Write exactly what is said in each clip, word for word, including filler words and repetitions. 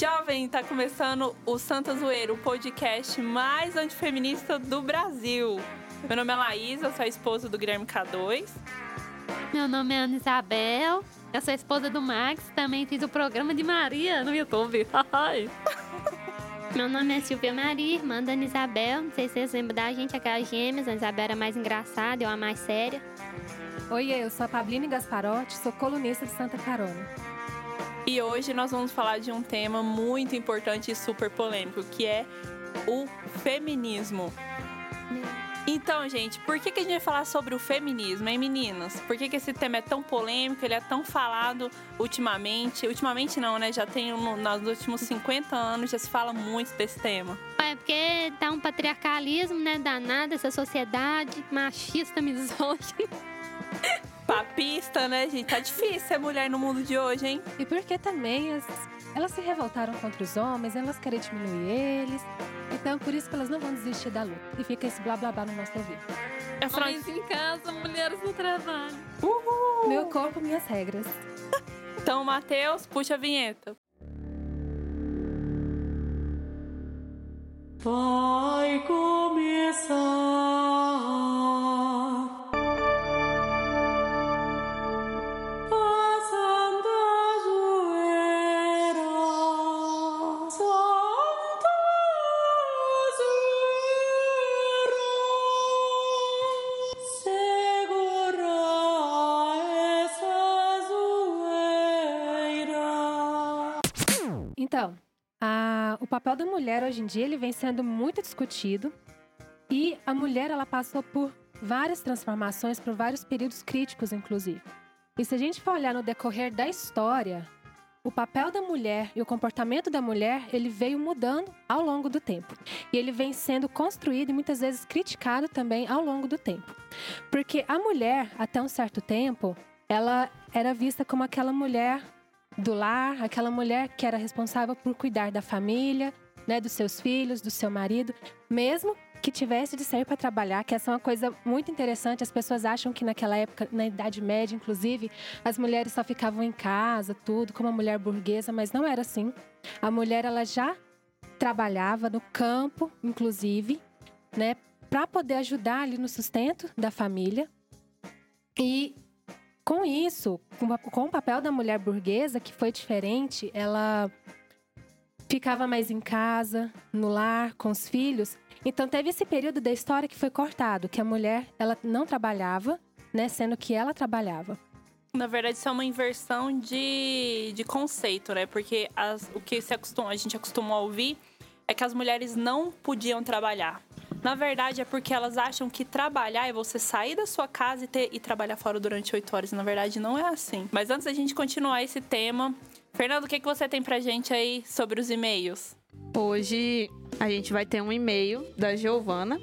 Jovem, tá começando o Santa Zoeira, o podcast mais antifeminista do Brasil. Meu nome é Laís, eu sou a esposa do Guilherme K dois. Meu nome é Ana Isabel, eu sou a esposa do Max, também fiz o programa de Maria no YouTube. Meu nome é Silvia Maria, irmã da Ana Isabel. Não sei se vocês lembram da gente, aquelas gêmeas. A Ana Isabel era mais engraçada, eu a mais séria. Oi, eu sou a Pabline Gasparotti, sou colunista de Santa Carona. E hoje nós vamos falar de um tema muito importante e super polêmico, que é o feminismo. Então, gente, por que, que a gente vai falar sobre o feminismo, hein, meninas? Por que, que esse tema é tão polêmico, ele é tão falado ultimamente? Ultimamente não, né? Já tem, no, nos últimos cinquenta anos, já se fala muito desse tema. É porque tá um patriarcalismo, né, danado, essa sociedade machista, misógina. Papista, né, gente? Tá difícil ser mulher no mundo de hoje, hein? E porque também as, elas se revoltaram contra os homens, elas querem diminuir eles. Então, por isso que elas não vão desistir da luta. E fica esse blá blá blá no nosso ouvido. É Homens em casa, mulheres no trabalho. Uhul! Meu corpo, minhas regras. Então, Matheus, puxa a vinheta. Vai começar a Santa Zoeira, Santa Zoeira, segura essa zoeira. Então, a, o papel da mulher hoje em dia ele vem sendo muito discutido. E a mulher ela passou por várias transformações, por vários períodos críticos, inclusive. E se a gente for olhar no decorrer da história, o papel da mulher e o comportamento da mulher, ele veio mudando ao longo do tempo. E ele vem sendo construído e muitas vezes criticado também ao longo do tempo. Porque a mulher, até um certo tempo, ela era vista como aquela mulher do lar, aquela mulher que era responsável por cuidar da família, né, dos seus filhos, do seu marido, mesmo que tivesse de sair para trabalhar, que essa é uma coisa muito interessante. As pessoas acham que naquela época, na Idade Média, inclusive, as mulheres só ficavam em casa, tudo, como a mulher burguesa, mas não era assim. A mulher, ela já trabalhava no campo, inclusive, né, para poder ajudar ali no sustento da família. E com isso, com o papel da mulher burguesa, que foi diferente, ela ficava mais em casa, no lar, com os filhos. Então, teve esse período da história que foi cortado, que a mulher ela não trabalhava, né, sendo que ela trabalhava. Na verdade, isso é uma inversão de, de conceito, né? Porque as, o que se acostuma, a gente acostumou a ouvir é que as mulheres não podiam trabalhar. Na verdade, é porque elas acham que trabalhar é você sair da sua casa e, ter, e trabalhar fora durante oito horas. Na verdade, não é assim. Mas antes da gente continuar esse tema, Fernando, o que, que você tem pra gente aí sobre os e-mails? Hoje a gente vai ter um e-mail da Giovana.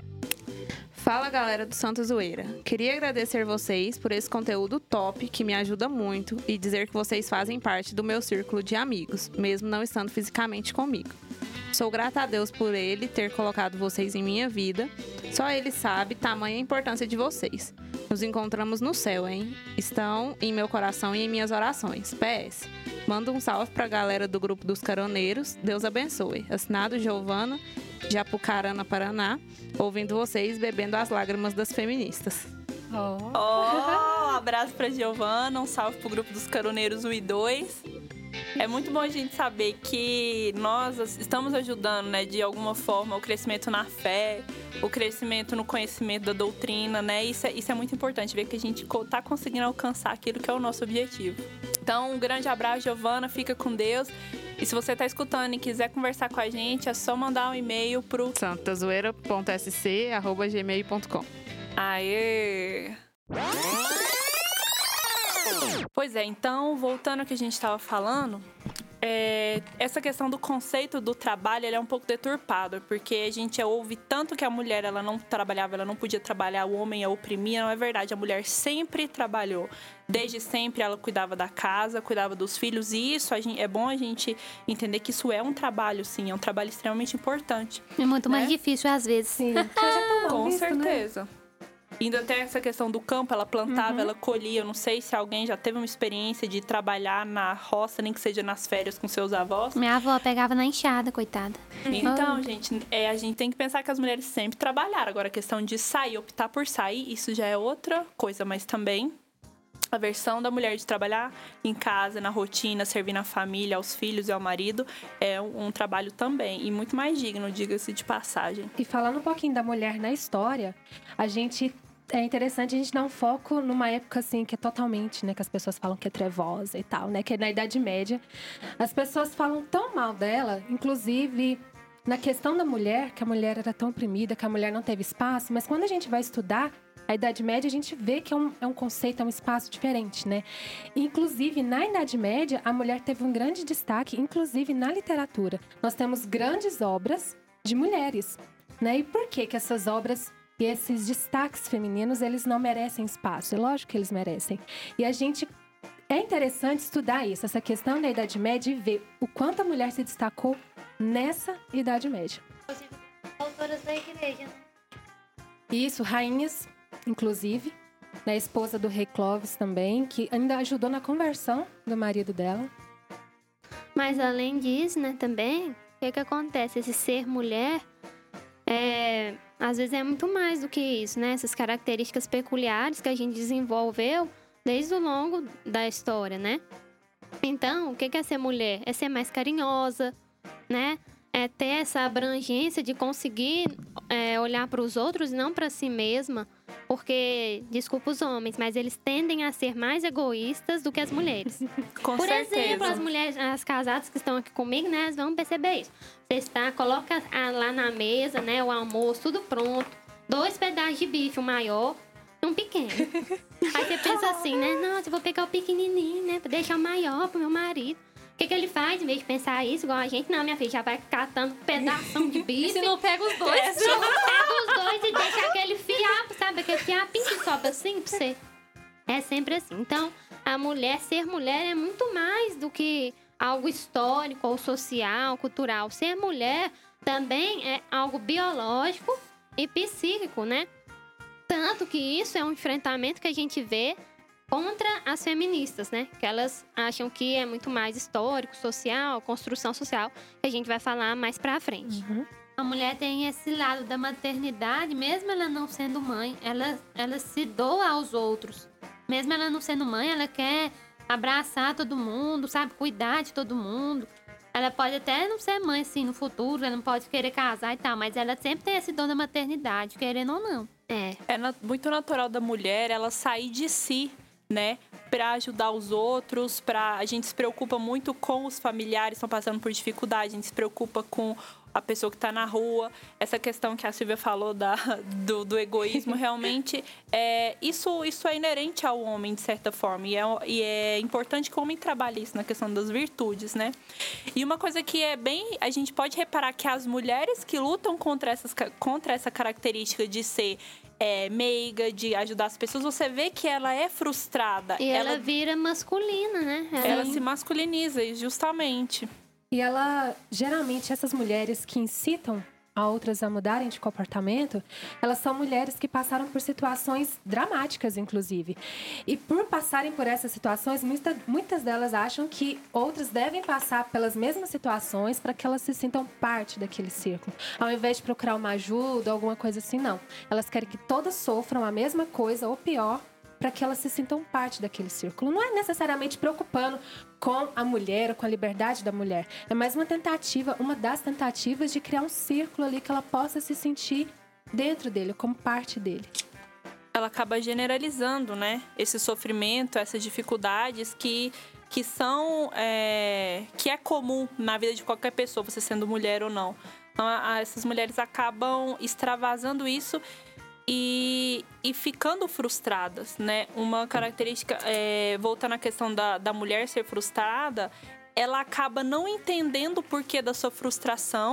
Fala, galera do Santa Zoeira. Queria agradecer vocês por esse conteúdo top que me ajuda muito e dizer que vocês fazem parte do meu círculo de amigos, mesmo não estando fisicamente comigo. Sou grata a Deus por Ele ter colocado vocês em minha vida. Só Ele sabe tamanha importância de vocês. Nos encontramos no céu, hein? Estão em meu coração e em minhas orações. P S. Manda um salve pra galera do grupo dos caroneiros. Deus abençoe. Assinado Giovana, de Apucarana, Paraná. Ouvindo vocês bebendo as lágrimas das feministas. Oh, oh um abraço pra Giovana, um salve pro grupo dos caroneiros um e dois. É muito bom a gente saber que nós estamos ajudando, né, de alguma forma, o crescimento na fé, o crescimento no conhecimento da doutrina, né? Isso é, isso é muito importante, ver que a gente está conseguindo alcançar aquilo que é o nosso objetivo. Então, um grande abraço, Giovana, fica com Deus. E se você está escutando e quiser conversar com a gente, é só mandar um e-mail pro santazoeira ponto s c arroba gmail ponto com. Aê! Pois é, então, voltando ao que a gente estava falando, é, essa questão do conceito do trabalho ele é um pouco deturpado, porque a gente ouve tanto que a mulher ela não trabalhava, ela não podia trabalhar, o homem a oprimia. Não é verdade, a mulher sempre trabalhou. Desde sempre ela cuidava da casa, cuidava dos filhos, e isso a gente, é bom a gente entender que isso é um trabalho, sim, é um trabalho extremamente importante. É muito né? mais difícil às vezes. Sim, Com visto, certeza. Né? Indo até essa questão do campo, ela plantava, Uhum. ela colhia. Eu não sei se alguém já teve uma experiência de trabalhar na roça, nem que seja nas férias com seus avós. Minha avó pegava na enxada, coitada. Então, gente, é, a gente tem que pensar que as mulheres sempre trabalharam. Agora, a questão de sair, optar por sair, isso já é outra coisa. Mas também a versão da mulher de trabalhar em casa, na rotina, servir na família, aos filhos e ao marido, é um, um trabalho também. E muito mais digno, diga-se de passagem. E falando um pouquinho da mulher na história, a gente... É interessante a gente dar um foco numa época, assim, que é totalmente, né? Que as pessoas falam que é trevosa e tal, né? Que é na Idade Média. As pessoas falam tão mal dela, inclusive na questão da mulher, que a mulher era tão oprimida, que a mulher não teve espaço. Mas quando a gente vai estudar a Idade Média, a gente vê que é um, é um conceito, é um espaço diferente, né? Inclusive, na Idade Média, a mulher teve um grande destaque, inclusive na literatura. Nós temos grandes obras de mulheres, né? E por que que essas obras... E esses destaques femininos, eles não merecem espaço. É lógico que eles merecem. E a gente... É interessante estudar isso, essa questão da Idade Média e ver o quanto a mulher se destacou nessa Idade Média. Autoras da igreja. Isso, rainhas, inclusive. Né, esposa do rei Clovis também, que ainda ajudou na conversão do marido dela. Mas além disso, né, também, o que que acontece? Esse ser mulher, é, às vezes é muito mais do que isso, né? Essas características peculiares que a gente desenvolveu desde o longo da história, né? Então, o que que é ser mulher? É ser mais carinhosa, né? É ter essa abrangência de conseguir é, olhar para os outros e não para si mesma. Porque, desculpa os homens, mas eles tendem a ser mais egoístas do que as mulheres. Com Por certeza. exemplo, as mulheres, as casadas que estão aqui comigo, né, elas vão perceber isso. Você está, coloca a- lá na mesa, né, o almoço, tudo pronto. Dois pedaços de bife, o maior e um pequeno. Aí você pensa assim, né, nossa, eu vou pegar o pequenininho, né, pra deixar o maior pro meu marido. O que que ele faz, em vez de pensar isso, igual a gente? Não, minha filha, já vai catando um pedação de bife. Se não pega os dois. Pega os dois e deixa aquele fiapo, sabe? Aquele fiapinho que sobra assim pra você. É sempre assim. Então, a mulher, ser mulher é muito mais do que algo histórico ou social, cultural. Ser mulher também é algo biológico e psíquico, né? Tanto que isso é um enfrentamento que a gente vê contra as feministas, né? Que elas acham que é muito mais histórico, social, construção social, que a gente vai falar mais pra frente. A mulher tem esse lado da maternidade, mesmo ela não sendo mãe, ela, ela se doa aos outros. Mesmo ela não sendo mãe, ela quer abraçar todo mundo, sabe? Cuidar de todo mundo. Ela pode até não ser mãe, assim, no futuro, ela não pode querer casar e tal, mas ela sempre tem esse dom da maternidade, querendo ou não. É. É na- muito natural da mulher ela sair de si, né? Pra ajudar os outros, pra... A gente se preocupa muito com os familiares que estão passando por dificuldade, a gente se preocupa com a pessoa que tá na rua. Essa questão que a Silvia falou da, do, do egoísmo, realmente, é, isso, isso é inerente ao homem, de certa forma. E é, e é importante que o homem trabalhe isso na questão das virtudes, né? E uma coisa que é bem... A gente pode reparar que as mulheres que lutam contra, essas, contra essa característica de ser... É, meiga, de ajudar as pessoas, você vê que ela é frustrada. E ela, vira masculina, né? ela se masculiniza, justamente. E ela, geralmente, essas mulheres que incitam a outras a mudarem de comportamento, elas são mulheres que passaram por situações dramáticas, inclusive. E por passarem por essas situações, muita, muitas delas acham que outras devem passar pelas mesmas situações para que elas se sintam parte daquele círculo. Ao invés de procurar uma ajuda, alguma coisa assim, não. Elas querem que todas sofram a mesma coisa ou pior, para que elas se sintam parte daquele círculo. Não é necessariamente preocupando com a mulher ou com a liberdade da mulher. É mais uma tentativa, uma das tentativas de criar um círculo ali que ela possa se sentir dentro dele, como parte dele. Ela acaba generalizando, né? Esse sofrimento, essas dificuldades que, que são... É, que é comum na vida de qualquer pessoa, você sendo mulher ou não. Então, a, a, essas mulheres acabam extravasando isso E, e ficando frustradas, né? Uma característica, é, voltando à questão da, da mulher ser frustrada, ela acaba não entendendo o porquê da sua frustração,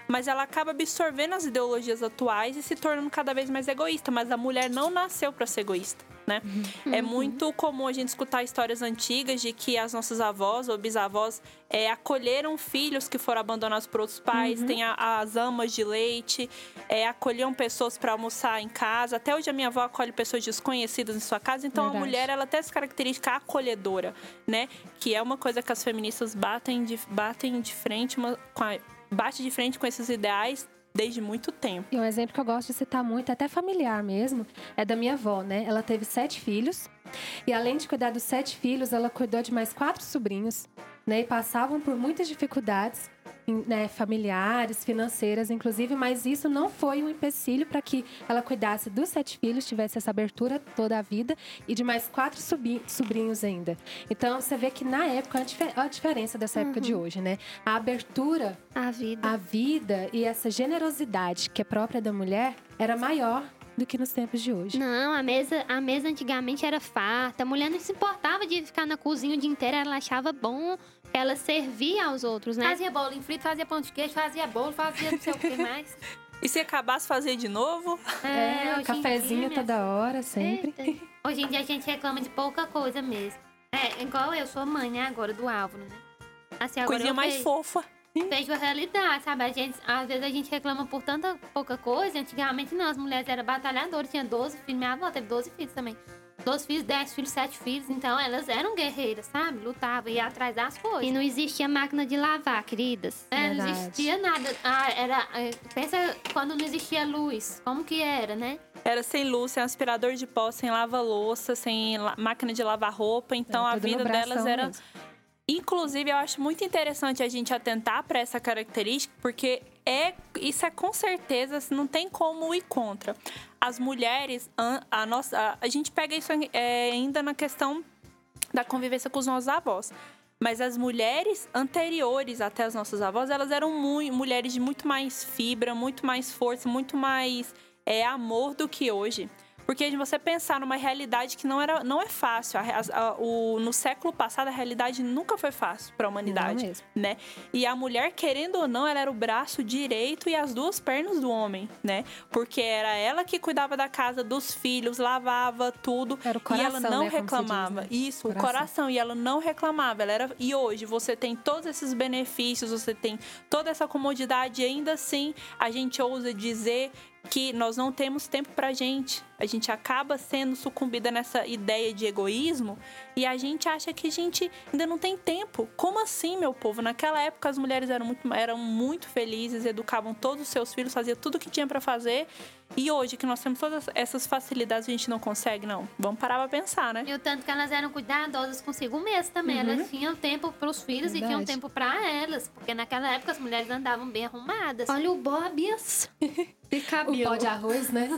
mas ela acaba absorvendo as ideologias atuais e se tornando cada vez mais egoísta. Mas a mulher não nasceu para ser egoísta, né? Uhum. É muito comum a gente escutar histórias antigas de que as nossas avós ou bisavós é, acolheram filhos que foram abandonados por outros pais, uhum. tem a, as amas de leite, é, acolhiam pessoas para almoçar em casa. Até hoje a minha avó acolhe pessoas desconhecidas em sua casa. Então Verdade. A mulher ela tem essa característica acolhedora, né? Que é uma coisa que as feministas batem de, batem de frente, uma, com a, bate de frente com esses ideais desde muito tempo. E um exemplo que eu gosto de citar muito, até familiar mesmo, é da minha avó, né? Ela teve sete filhos e além de cuidar dos sete filhos, ela cuidou de mais quatro sobrinhos, né? E passavam por muitas dificuldades, né, familiares, financeiras, inclusive, mas isso não foi um empecilho para que ela cuidasse dos sete filhos, tivesse essa abertura toda a vida e de mais quatro sobrinhos ainda. Então, você vê que na época, olha a diferença dessa época uhum. de hoje, né? A abertura à vida. à vida e essa generosidade que é própria da mulher era maior do que nos tempos de hoje. Não, a mesa, a mesa antigamente era farta. A mulher não se importava de ficar na cozinha o dia inteiro. Ela achava bom, ela servia aos outros, né? Fazia bolo em frito, fazia pão de queijo, fazia bolo, fazia não sei o que mais. E se acabasse, fazia de novo? É, é cafezinho dia, toda hora, sempre. Eita. Hoje em dia a gente reclama de pouca coisa mesmo. É, igual eu sou mãe, né, agora, do Álvaro, né? Assim, agora Coisinha mais vejo, fofa. Vejo a realidade, sabe? A gente, às vezes a gente reclama por tanta pouca coisa. Antigamente não, as mulheres eram batalhadoras, tinha doze filhos. Minha avó teve doze filhos também. doze filhos, dez filhos, sete filhos. Então elas eram guerreiras, sabe? Lutavam, iam atrás das coisas. E não existia máquina de lavar, queridas. É, não existia nada. Ah, era, pensa quando não existia luz, como que era, né? Era sem luz, sem aspirador de pó, sem lava-louça, sem la- máquina de lavar roupa. Então é, a vida delas era... mesmo. Inclusive, eu acho muito interessante a gente atentar para essa característica, porque é, isso é com certeza, não tem como ir contra. As mulheres, a, nossa, a, a gente pega isso é, ainda na questão da convivência com os nossos avós. Mas as mulheres anteriores até as nossas avós, elas eram muito, mulheres de muito mais fibra, muito mais força, muito mais é, amor do que hoje. Porque de você pensar numa realidade que não, era, não é fácil. A, a, o, no século passado, a realidade nunca foi fácil para a humanidade. Não mesmo. Né? E a mulher, querendo ou não, ela era o braço direito e as duas pernas do homem, né? Porque era ela que cuidava da casa, dos filhos, lavava tudo. Era o coração, e ela não né, como reclamava. se diz, né? Isso, Coração. o coração. E ela não reclamava. Ela era... E hoje você tem todos esses benefícios, você tem toda essa comodidade. E ainda assim, a gente ousa dizer que nós não temos tempo pra gente. A gente acaba sendo sucumbida nessa ideia de egoísmo e a gente acha que a gente ainda não tem tempo. Como assim, meu povo? Naquela época as mulheres eram muito, eram muito felizes, educavam todos os seus filhos, faziam tudo o que tinha pra fazer. E hoje que nós temos todas essas facilidades, a gente não consegue, não. Vamos parar pra pensar, né? E o tanto que elas eram cuidadosas consigo mesmas também. Uhum. Elas tinham tempo pros filhos Verdade. e tinham tempo pra elas. Porque naquela época as mulheres andavam bem arrumadas. Olha o Bobias. De O cabelo. pó de arroz, né?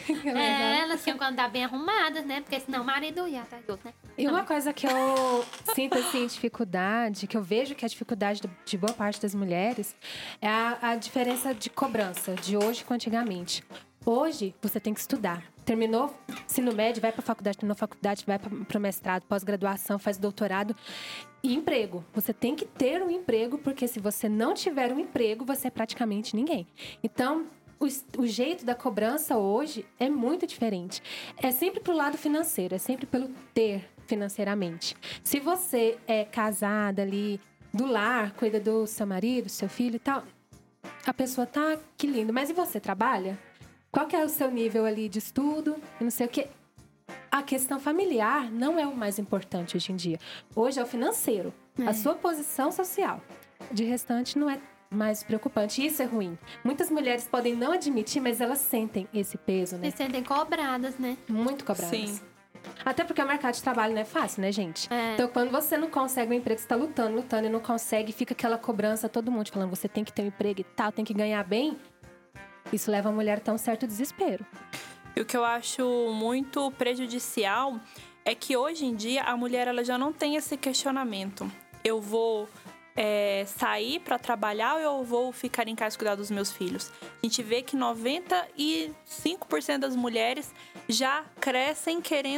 É, elas tinham que andar bem arrumadas, né? Porque senão o marido ia atrás de outro, né? E uma coisa que eu sinto, assim, dificuldade, que eu vejo que é a dificuldade de boa parte das mulheres, é a, a diferença de cobrança de hoje com antigamente. Hoje, você tem que estudar. Terminou ensino médio, vai para faculdade, terminou faculdade, vai para o mestrado, pós-graduação, faz doutorado. E emprego. Você tem que ter um emprego, porque se você não tiver um emprego, você é praticamente ninguém. Então, o, o jeito da cobrança hoje é muito diferente. É sempre pro lado financeiro, é sempre pelo ter financeiramente. Se você é casada ali, do lar, cuida do seu marido, seu filho e tal, a pessoa tá, que lindo. Mas e você, trabalha? Qual que é o seu nível ali de estudo? E não sei o quê. A questão familiar não é o mais importante hoje em dia. Hoje é o financeiro, é. a sua posição social. De restante, não é mais preocupante. Isso é ruim. Muitas mulheres podem não admitir, mas elas sentem esse peso, né? Se sentem cobradas, né? Muito cobradas. Sim. Até porque o mercado de trabalho não é fácil, né, gente? É. Então, quando você não consegue um emprego, você tá lutando, lutando e não consegue, fica aquela cobrança, todo mundo falando, você tem que ter um emprego e tal, tem que ganhar bem. Isso leva a mulher a um certo desespero. E o que eu acho muito prejudicial é que hoje em dia a mulher ela já não tem esse questionamento. Eu vou é, sair para trabalhar ou eu vou ficar em casa e cuidar dos meus filhos? A gente vê que noventa e cinco por cento das mulheres já crescem querendo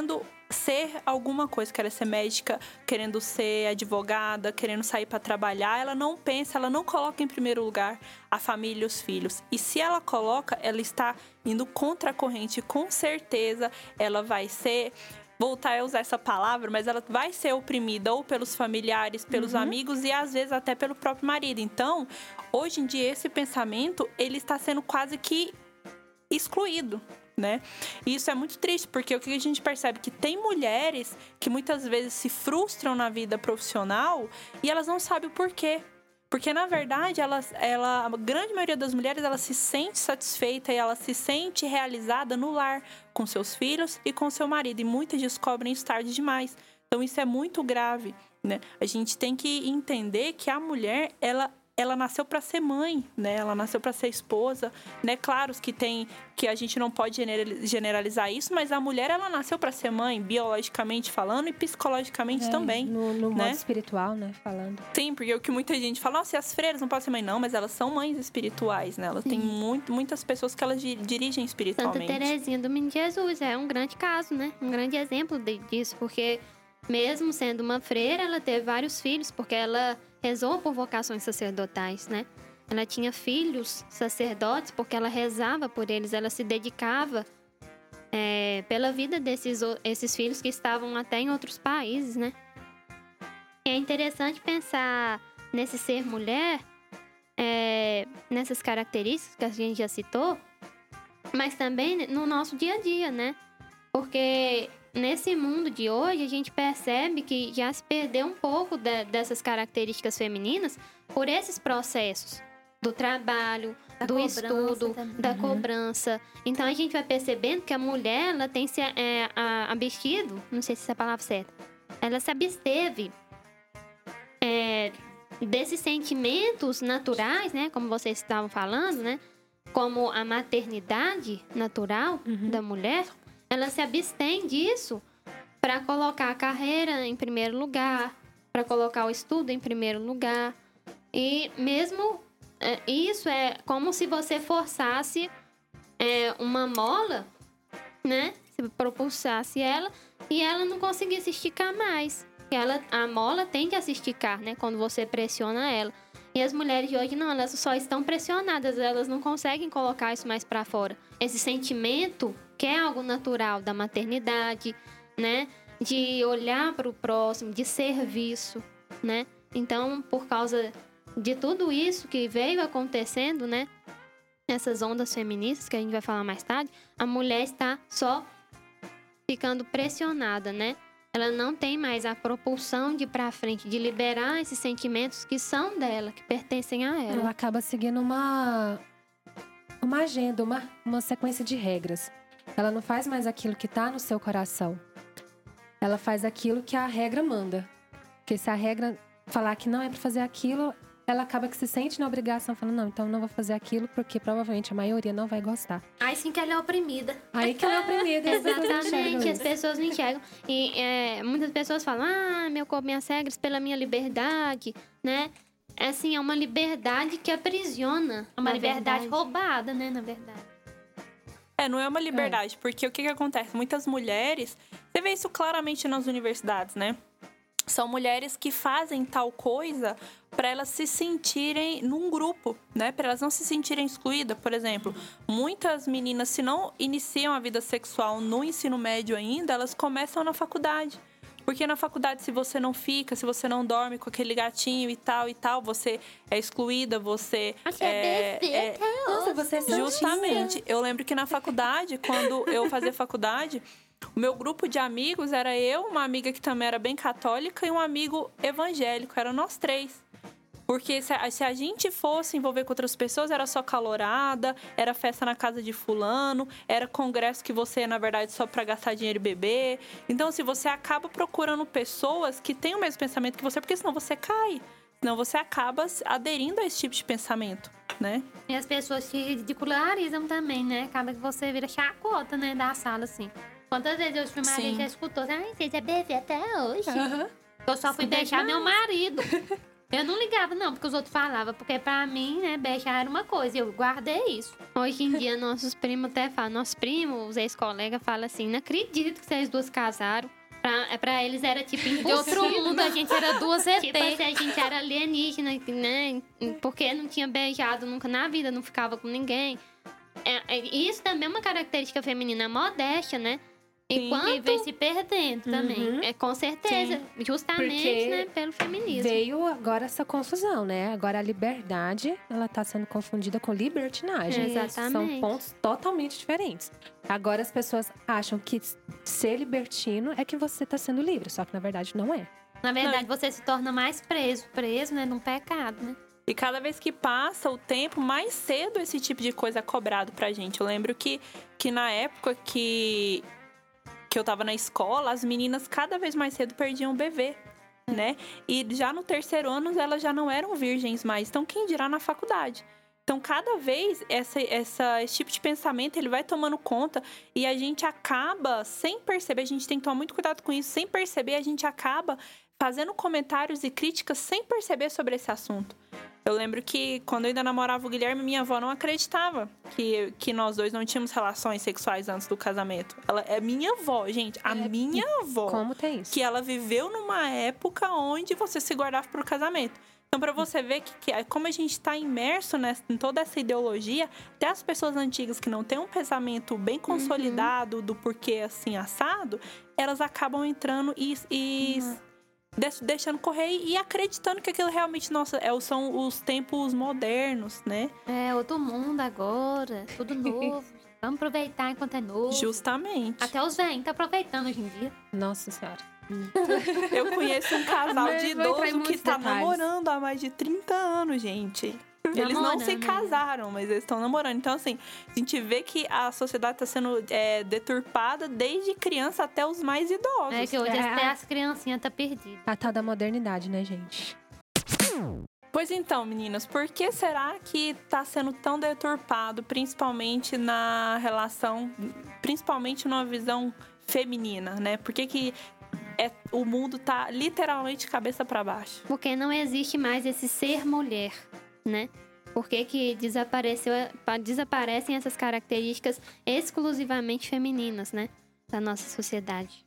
ser alguma coisa, querer ser médica, querendo ser advogada, querendo sair para trabalhar, ela não pensa, ela não coloca em primeiro lugar a família e os filhos. E se ela coloca, ela está indo contra a corrente, com certeza ela vai ser, voltar a usar essa palavra, mas ela vai ser oprimida ou pelos familiares, pelos Uhum. amigos e às vezes até pelo próprio marido. Então, hoje em dia esse pensamento, ele está sendo quase que excluído, né? E isso é muito triste, porque o que a gente percebe que tem mulheres que muitas vezes se frustram na vida profissional e elas não sabem o porquê. Porque, na verdade, elas, ela, a grande maioria das mulheres, ela se sente satisfeita e ela se sente realizada no lar, com seus filhos e com seu marido. E muitas descobrem isso tarde demais. Então, isso é muito grave, né? A gente tem que entender que a mulher, ela... ela nasceu para ser mãe, né? Ela nasceu para ser esposa, né? Claro que tem que a gente não pode generalizar isso, mas a mulher ela nasceu para ser mãe, biologicamente falando e psicologicamente É, também. No, no né? modo espiritual, né? Falando. Sim, porque o que muita gente fala, nossa, e as freiras não podem ser mãe, não, mas elas são mães espirituais, né? Elas têm muito, muitas pessoas que elas di- dirigem Santa espiritualmente. Terezinha do Menino Jesus é um grande caso, né? Um grande exemplo de- disso, porque mesmo sendo uma freira, ela teve vários filhos, porque ela rezou por vocações sacerdotais, né? Ela tinha filhos sacerdotes porque ela rezava por eles, ela se dedicava é, pela vida desses o- esses filhos que estavam até em outros países, né? É interessante pensar nesse ser mulher, é, nessas características que a gente já citou, mas também no nosso dia a dia, né? Porque nesse mundo de hoje, a gente percebe que já se perdeu um pouco de- dessas características femininas por esses processos do trabalho, Da do cobrança estudo, também. da cobrança. Então, a gente vai percebendo que a mulher, ela tem se é, a- abstido, não sei se essa é a palavra certa, ela se absteve é, desses sentimentos naturais, né? Como vocês estavam falando, né? Como a maternidade natural da mulher, ela se abstém disso para colocar a carreira em primeiro lugar, para colocar o estudo em primeiro lugar. E mesmo é, isso é como se você forçasse é, uma mola, né? Se propulsasse ela e ela não conseguisse esticar mais. E ela, a mola tende a se esticar, né? Quando você pressiona ela. E as mulheres de hoje não, elas só estão pressionadas, elas não conseguem colocar isso mais para fora. Esse sentimento, que é algo natural da maternidade, né? De olhar para o próximo, de serviço, né? Então, por causa de tudo isso que veio acontecendo, né? Essas ondas feministas que a gente vai falar mais tarde, a mulher está só ficando pressionada, né? Ela não tem mais a propulsão de ir pra frente, de liberar esses sentimentos que são dela, que pertencem a ela. Ela acaba seguindo uma, uma agenda, uma, uma sequência de regras. Ela não faz mais aquilo que tá no seu coração. Ela faz aquilo que a regra manda. Porque se a regra falar que não é pra fazer aquilo, ela acaba que se sente na obrigação, falando, não, então eu não vou fazer aquilo, porque provavelmente a maioria não vai gostar. Aí sim que ela é oprimida. Aí que ela é oprimida. e as pessoas não enxergam Exatamente, as isso. pessoas não enxergam. E é, muitas pessoas falam, ah, meu corpo, minhas regras pela minha liberdade, né? Assim, é uma liberdade que aprisiona. É uma na liberdade verdade. roubada, né, na verdade. É, não é uma liberdade, porque o que, que acontece? Muitas mulheres, você vê isso claramente nas universidades, né? São mulheres que fazem tal coisa para elas se sentirem num grupo, né? Para elas não se sentirem excluídas. Por exemplo, muitas meninas, se não iniciam a vida sexual no ensino médio ainda, elas começam na faculdade. Porque na faculdade, se você não fica, se você não dorme com aquele gatinho e tal e tal, você é excluída, você Você é, é é, Nossa, você é santinha. Justamente. Eu lembro que na faculdade, quando eu fazia faculdade, o meu grupo de amigos era eu, uma amiga que também era bem católica e um amigo evangélico. Eram nós três. Porque se a, se a gente fosse envolver com outras pessoas, era só calorada, era festa na casa de fulano, era congresso que você, na verdade, só pra gastar dinheiro e beber. Então, se você acaba procurando pessoas que têm o mesmo pensamento que você, porque senão você cai. Senão você acaba aderindo a esse tipo de pensamento, né? E as pessoas te ridicularizam também, né? Acaba que você vira chacota, né, da sala, assim. Quantas vezes eu fui Maria Sim. já escutou? Ai, você já bebeu até hoje. Aham. Eu só fui Escutei beijar meu demais. marido. Eu não ligava, não, porque os outros falavam. Porque pra mim, né, beijar era uma coisa. E eu guardei isso. Hoje em dia, nossos primos até falam, nossos primos, os ex-colegas, falam assim, não acredito que vocês duas casaram. Pra, é, pra eles era tipo De outro impossível. mundo, a gente era duas E T. Tipo assim, a gente era alienígena, né? Porque não tinha beijado nunca na vida, não ficava com ninguém. É, é, isso também é uma característica feminina, a modéstia, né? Sim, Enquanto... E vem se perdendo também. Uhum. É, com certeza, justamente, Porque né, pelo feminismo. Veio agora essa confusão, né? Agora a liberdade, ela tá sendo confundida com libertinagem. Exatamente. São pontos totalmente diferentes. Agora as pessoas acham que ser libertino é que você tá sendo livre, só que na verdade não é. Na verdade, você se torna mais preso. Preso, né, num pecado, né? E cada vez que passa o tempo, mais cedo esse tipo de coisa é cobrado pra gente. Eu lembro que, que na época que, que eu tava na escola, as meninas cada vez mais cedo perdiam o bebê, né? E já no terceiro ano, elas já não eram virgens mais. Então, quem dirá na faculdade? Então, cada vez, essa, essa, esse tipo de pensamento, ele vai tomando conta e a gente acaba, sem perceber, a gente tem que tomar muito cuidado com isso, sem perceber, a gente acaba fazendo comentários e críticas sem perceber sobre esse assunto. Eu lembro que, quando eu ainda namorava o Guilherme, minha avó não acreditava que, que nós dois não tínhamos relações sexuais antes do casamento. Ela é minha avó, gente, a É, minha avó. Como tem isso? Que ela viveu numa época onde você se guardava pro casamento. Então, pra você ver que, que como a gente tá imerso nessa, em toda essa ideologia, até as pessoas antigas que não têm um pensamento bem consolidado do porquê assim assado, elas acabam entrando e, e de- deixando correr e acreditando que aquilo realmente, nossa, é, são os tempos modernos, né? É outro mundo agora, tudo novo. Vamos aproveitar enquanto é novo. Justamente. Até os velhos tá aproveitando hoje em dia. Nossa senhora. Eu conheço um casal Mas de vou entrar em idoso que muitos tá detalhes. namorando há mais de trinta anos, gente. Eles não se Namorando, né? casaram, mas eles estão namorando. Então, assim, a gente vê que a sociedade está sendo é, deturpada desde criança até os mais idosos. É que hoje É. até as criancinhas tá perdidas. A tal da modernidade, né, gente? Pois então, meninas, por que será que está sendo tão deturpado, principalmente na relação, principalmente numa visão feminina, né? Por que que é, o mundo tá literalmente cabeça para baixo? Porque não existe mais esse ser mulher, né? Por que que desapareceu, desaparecem essas características exclusivamente femininas, né? Da nossa sociedade.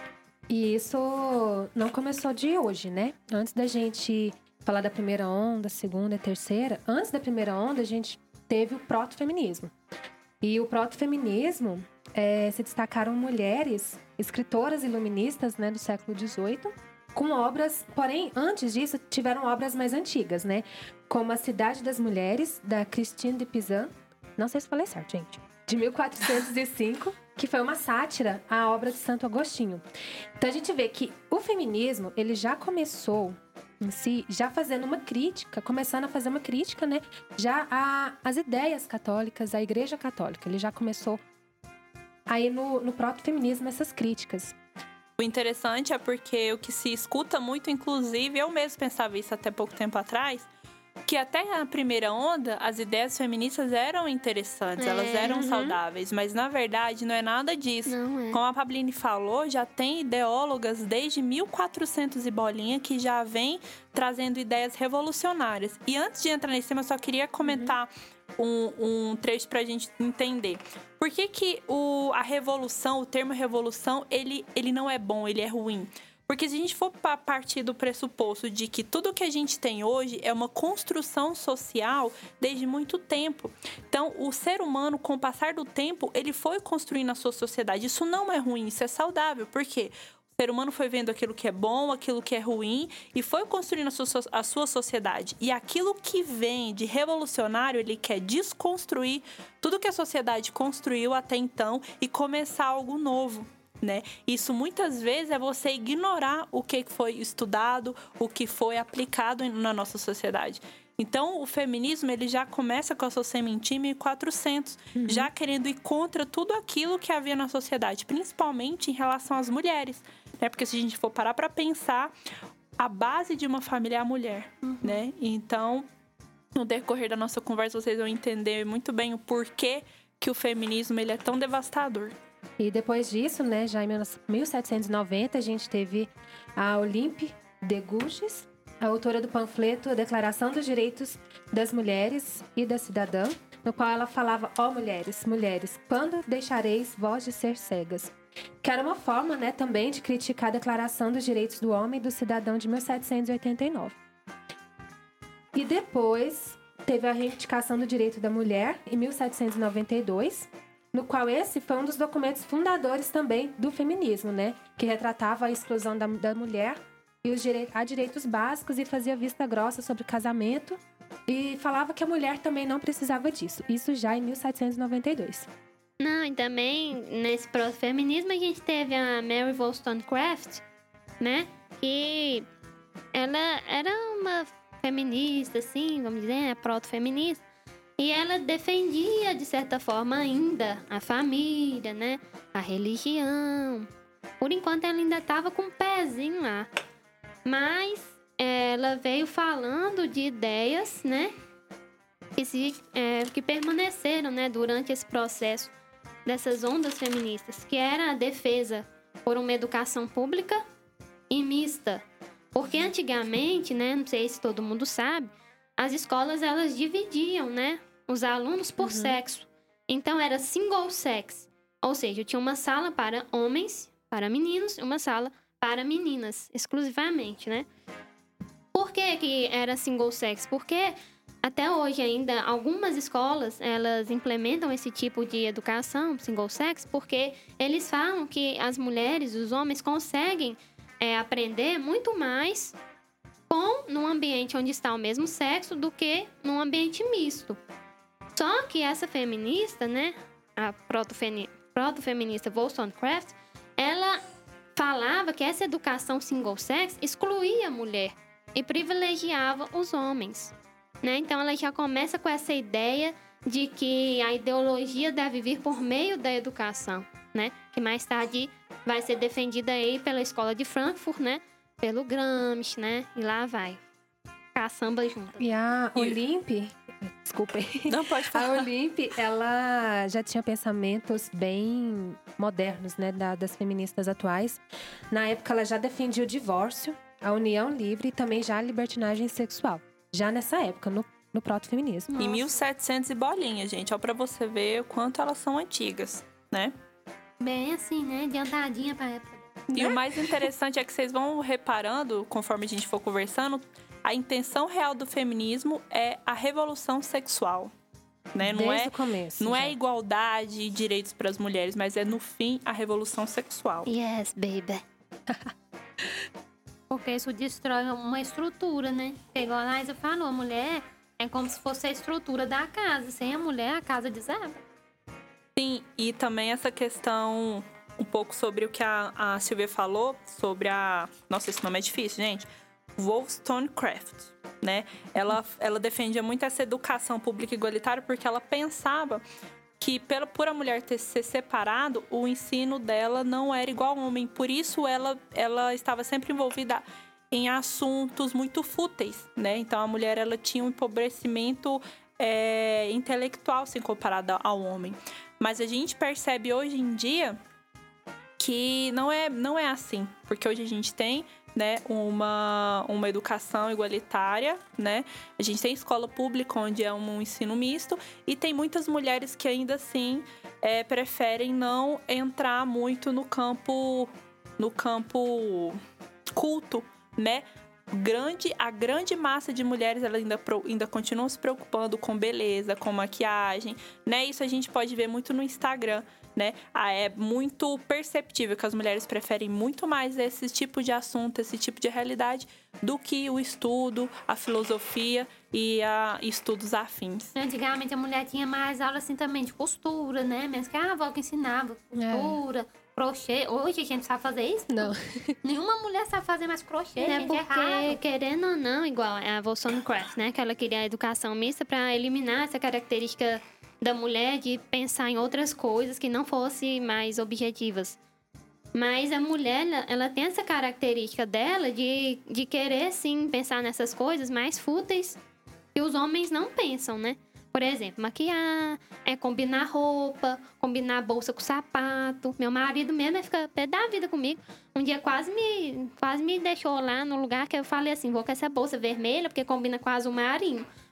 E isso não começou de hoje, né? Antes da gente falar da primeira onda, segunda e terceira, antes da primeira onda, a gente teve o protofeminismo. E o protofeminismo é, se destacaram mulheres, escritoras iluministas, né, do século dezoito, com obras, porém, antes disso, tiveram obras mais antigas, né? Como A Cidade das Mulheres, da Christine de Pizan. Não sei se falei certo, gente. De mil quatrocentos e cinco, que foi uma sátira à obra de Santo Agostinho. Então, a gente vê que o feminismo, ele já começou em si, já fazendo uma crítica, começando a fazer uma crítica, né? Já a- as ideias católicas, a Igreja Católica. Ele já começou aí no, no proto-feminismo essas críticas. O interessante é porque o que se escuta muito, inclusive, eu mesmo pensava isso até pouco tempo atrás, que até a primeira onda, as ideias feministas eram interessantes, É, elas eram uhum. saudáveis, mas na verdade não é nada disso. Não é. Como a Pablini falou, já tem ideólogas desde mil e quatrocentos e bolinha que já vem trazendo ideias revolucionárias. E antes de entrar nesse tema, eu só queria comentar um, um trecho pra gente entender. Por que que o, a revolução, o termo revolução, ele, ele não é bom, ele é ruim? Porque se a gente for pa- partir do pressuposto de que tudo que a gente tem hoje é uma construção social desde muito tempo. Então, o ser humano, com o passar do tempo, ele foi construindo a sua sociedade. Isso não é ruim, isso é saudável. Por quê? O ser humano foi vendo aquilo que é bom, aquilo que é ruim e foi construindo a sua, so- a sua sociedade. E aquilo que vem de revolucionário, ele quer desconstruir tudo que a sociedade construiu até então e começar algo novo. Né? Isso muitas vezes é você ignorar o que foi estudado, o que foi aplicado na nossa sociedade. Então, o feminismo ele já começa com a sua sementinha em mil e quatrocentos, Uhum. já querendo ir contra tudo aquilo que havia na sociedade, principalmente em relação às mulheres. Né? Porque se a gente for parar para pensar, a base de uma família é a mulher. Uhum. Né? Então, no decorrer da nossa conversa, vocês vão entender muito bem o porquê que o feminismo ele é tão devastador. E depois disso, né, já em mil setecentos e noventa, a gente teve a Olympe de Gouges, a autora do panfleto A Declaração dos Direitos das Mulheres e da Cidadã, no qual ela falava: ó mulheres, mulheres, quando deixareis vós de ser cegas? que era uma forma, né, também de criticar a Declaração dos Direitos do Homem e do Cidadão de mil setecentos e oitenta e nove. E depois teve a Reivindicação do Direito da Mulher, em mil setecentos e noventa e dois, no qual esse foi um dos documentos fundadores também do feminismo, né, que retratava a exclusão da, da mulher e os direi- a direitos básicos e fazia vista grossa sobre casamento e falava que a mulher também não precisava disso. Isso já em mil setecentos e noventa e dois. Não, e também nesse proto-feminismo a gente teve a Mary Wollstonecraft, né? Que ela era uma feminista, assim, vamos dizer, né? Proto-feminista. E ela defendia, de certa forma, ainda a família, né? A religião. Por enquanto ela ainda estava com um pezinho lá. Mas ela veio falando de ideias, né? Que, se, é, que permaneceram, né? Durante esse processo dessas ondas feministas, que era a defesa por uma educação pública e mista. Porque antigamente, né, não sei se todo mundo sabe, as escolas elas dividiam, né, os alunos por uhum. sexo. Então era single sex, ou seja, tinha uma sala para homens, para meninos, e uma sala para meninas, exclusivamente, né? Por que que era single sex? Porque até hoje ainda, algumas escolas, elas implementam esse tipo de educação, single sex, porque eles falam que as mulheres, os homens, conseguem é, aprender muito mais com num ambiente onde está o mesmo sexo do que num ambiente misto. Só que essa feminista, né, a proto-feminista Wollstonecraft, ela falava que essa educação single sex excluía a mulher e privilegiava os homens. Né? Então ela já começa com essa ideia de que a ideologia deve vir por meio da educação, né? Que mais tarde vai ser defendida aí pela escola de Frankfurt, né? Pelo Gramsci, né? E lá vai. Caçamba junto. E a Olympe, desculpa aí. Não pode falar. A Olympe, ela já tinha pensamentos bem modernos, né? Da, das feministas atuais. Na época ela já defendia o divórcio, a união livre e também já a libertinagem sexual. Já nessa época, no, no proto-feminismo. Em mil e setecentos e bolinha, gente. Ó, pra você ver o quanto elas são antigas, né? Bem assim, né? Adiantadinha pra época. E o mais interessante é que vocês vão reparando, conforme a gente for conversando, a intenção real do feminismo é a revolução sexual. Né? Não Desde é, o começo. Não já. é igualdade e direitos para as mulheres, mas é, no fim, a revolução sexual. Yes, baby. Porque isso destrói uma estrutura, né? Porque igual a Laísa falou, a mulher é como se fosse a estrutura da casa. Sem a mulher, a casa desaba. Sim, e também essa questão, um pouco sobre o que a, a Silvia falou, sobre a... Nossa, esse nome é difícil, gente. Wollstonecraft, né? Ela, ela defendia muito essa educação pública igualitária porque ela pensava que pela, por a mulher ter se separado, o ensino dela não era igual ao homem. Por isso, ela, ela estava sempre envolvida em assuntos muito fúteis, né? Então, a mulher ela tinha um empobrecimento é, intelectual, se comparada ao homem. Mas a gente percebe hoje em dia que não é, não é assim. Porque hoje a gente tem... Né, uma, uma educação igualitária, né? A gente tem escola pública onde é um ensino misto e tem muitas mulheres que ainda assim é, preferem não entrar muito no campo no campo culto, né? Grande, a grande massa de mulheres ela ainda, ainda continuam se preocupando com beleza, com maquiagem, né? Isso a gente pode ver muito no Instagram, né? Ah, é muito perceptível que as mulheres preferem muito mais esse tipo de assunto, esse tipo de realidade, do que o estudo, a filosofia e a estudos afins. Antigamente a mulher tinha mais aula assim também de costura, né? Mesmo que a avó que ensinava costura, é. crochê. Hoje a gente sabe fazer isso? Não. Nenhuma mulher sabe fazer mais crochê, É gente, porque, é querendo ou não, igual a Wollstonecraft, né? Que ela queria a educação mista para eliminar essa característica da mulher de pensar em outras coisas que não fossem mais objetivas. Mas a mulher, ela, ela tem essa característica dela de, de querer, sim, pensar nessas coisas mais fúteis que os homens não pensam, né? Por exemplo, maquiar, é combinar roupa, combinar bolsa com sapato. Meu marido mesmo fica pé da vida comigo. Um dia quase me, quase me deixou lá no lugar que eu falei assim, vou com essa bolsa vermelha porque combina com azul marinho.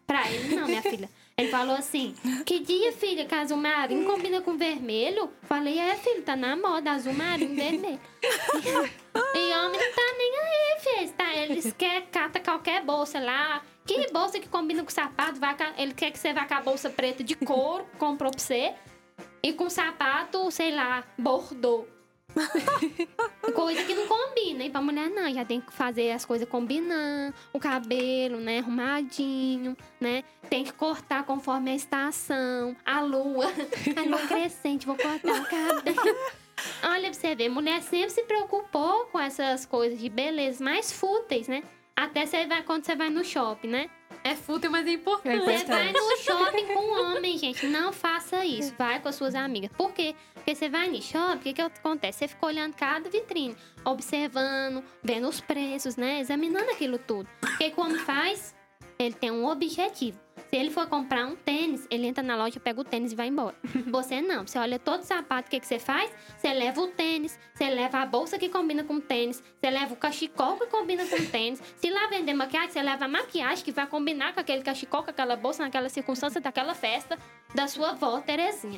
Pra ele não, minha filha. Ele falou assim, que dia, filha, que azul marinho combina com vermelho? Falei, é, filho, tá na moda, azul marinho, vermelho. E homem não tá nem aí, filho. Tá, eles querem, cata qualquer bolsa lá. Que bolsa que combina com sapato? Vai, com- ele quer que você vá com a bolsa preta de couro, comprou pra você. E com sapato, sei lá, bordô. Coisa que não combina. E pra mulher não, já tem que fazer as coisas combinar. O cabelo, né, arrumadinho, né? Tem que cortar conforme a estação. A lua. A lua crescente, vou cortar o cabelo. Olha pra você ver, mulher sempre se preocupou com essas coisas de beleza mais fúteis, né? Até você vai, quando você vai no shopping, né? É fútil, mas é importante. Você vai no shopping com homem, gente. Não faça isso. Vai com as suas amigas. Por quê? Porque você vai no shopping, o que, que acontece? Você fica olhando cada vitrine, observando, vendo os preços, né? Examinando aquilo tudo. O que, que o homem faz? Ele tem um objetivo. Se ele for comprar um tênis, ele entra na loja, pega o tênis e vai embora. Você não. Você olha todo sapato, o que, que você faz? Você leva o tênis, você leva a bolsa que combina com o tênis, você leva o cachecol que combina com o tênis. Se lá vender maquiagem, você leva a maquiagem que vai combinar com aquele cachecol, com aquela bolsa, naquela circunstância daquela festa da sua avó, Terezinha.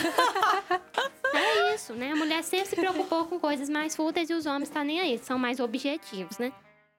É isso, né? A mulher sempre se preocupou com coisas mais fúteis e os homens tá nem aí. São mais objetivos, né?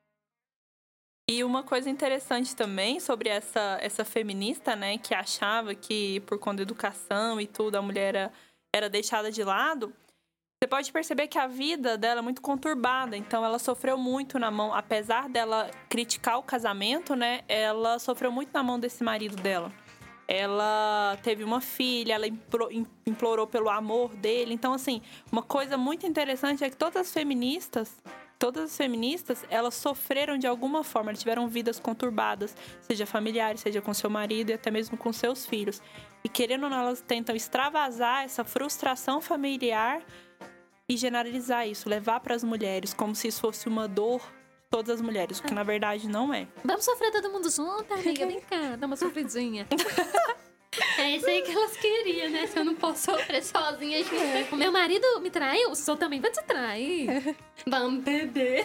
E uma coisa interessante também sobre essa, essa feminista, né, que achava que por conta da educação e tudo, a mulher era, era deixada de lado, você pode perceber que a vida dela é muito conturbada, então ela sofreu muito na mão, apesar dela criticar o casamento, né, ela sofreu muito na mão desse marido dela. Ela teve uma filha, ela impro- implorou pelo amor dele, então assim, uma coisa muito interessante é que todas as feministas Todas as feministas, elas sofreram de alguma forma, elas tiveram vidas conturbadas, seja familiares, seja com seu marido e até mesmo com seus filhos. E querendo ou não, elas tentam extravasar essa frustração familiar e generalizar isso, levar para as mulheres, como se isso fosse uma dor de todas as mulheres, o que na verdade não é. Vamos sofrer todo mundo junto, amiga? Vem cá, dá uma sofridinha. É isso aí que elas queriam, né? Se eu não posso sofrer sozinha, gente. O meu marido me traiu, o senhor também vai te trair. Vamos beber.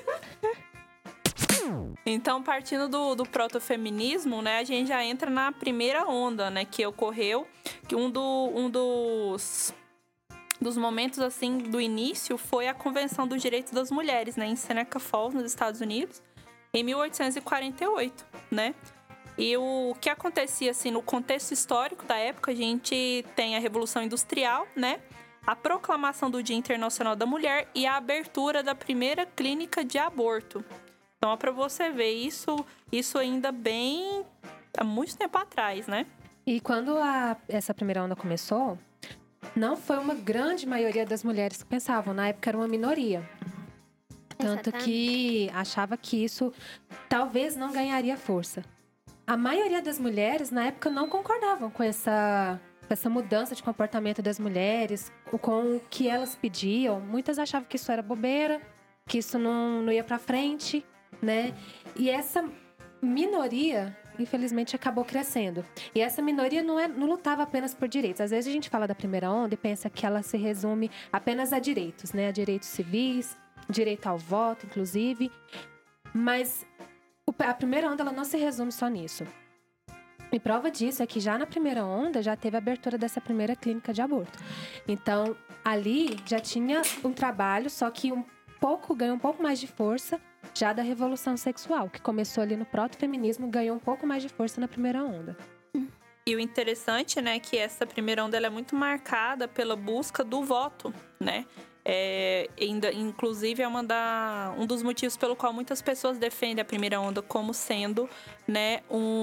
Então, partindo do, do protofeminismo, né, a gente já entra na primeira onda, né, que ocorreu, que um, do, um dos, dos momentos, assim, do início foi a Convenção dos Direitos das Mulheres, né, em Seneca Falls, nos Estados Unidos, em mil oitocentos e quarenta e oito, né? E o que acontecia, assim, no contexto histórico da época, a gente tem a Revolução Industrial, né? A proclamação do Dia Internacional da Mulher e a abertura da primeira clínica de aborto. Então, é para você ver isso, isso ainda bem há muito tempo atrás, né? E quando a- essa primeira onda começou, não foi uma grande maioria das mulheres que pensavam. Na época era uma minoria. Tanto que achava que isso talvez não ganharia força. A maioria das mulheres, na época, não concordavam com essa, com essa mudança de comportamento das mulheres, com o que elas pediam. Muitas achavam que isso era bobeira, que isso não, não ia pra frente, né? E essa minoria, infelizmente, acabou crescendo. E essa minoria não, é, não lutava apenas por direitos. Às vezes a gente fala da primeira onda e pensa que ela se resume apenas a direitos, né? A direitos civis, direito ao voto, inclusive. Mas o- a primeira onda ela não se resume só nisso. E prova disso é que já na primeira onda já teve a abertura dessa primeira clínica de aborto. Então, ali já tinha um trabalho, só que um pouco ganhou um pouco mais de força já da revolução sexual, que começou ali no protofeminismo, ganhou um pouco mais de força na primeira onda. E o interessante, né, que essa primeira onda ela é muito marcada pela busca do voto, né? É, ainda, inclusive, é uma da, um dos motivos pelo qual muitas pessoas defendem a primeira onda como sendo, né,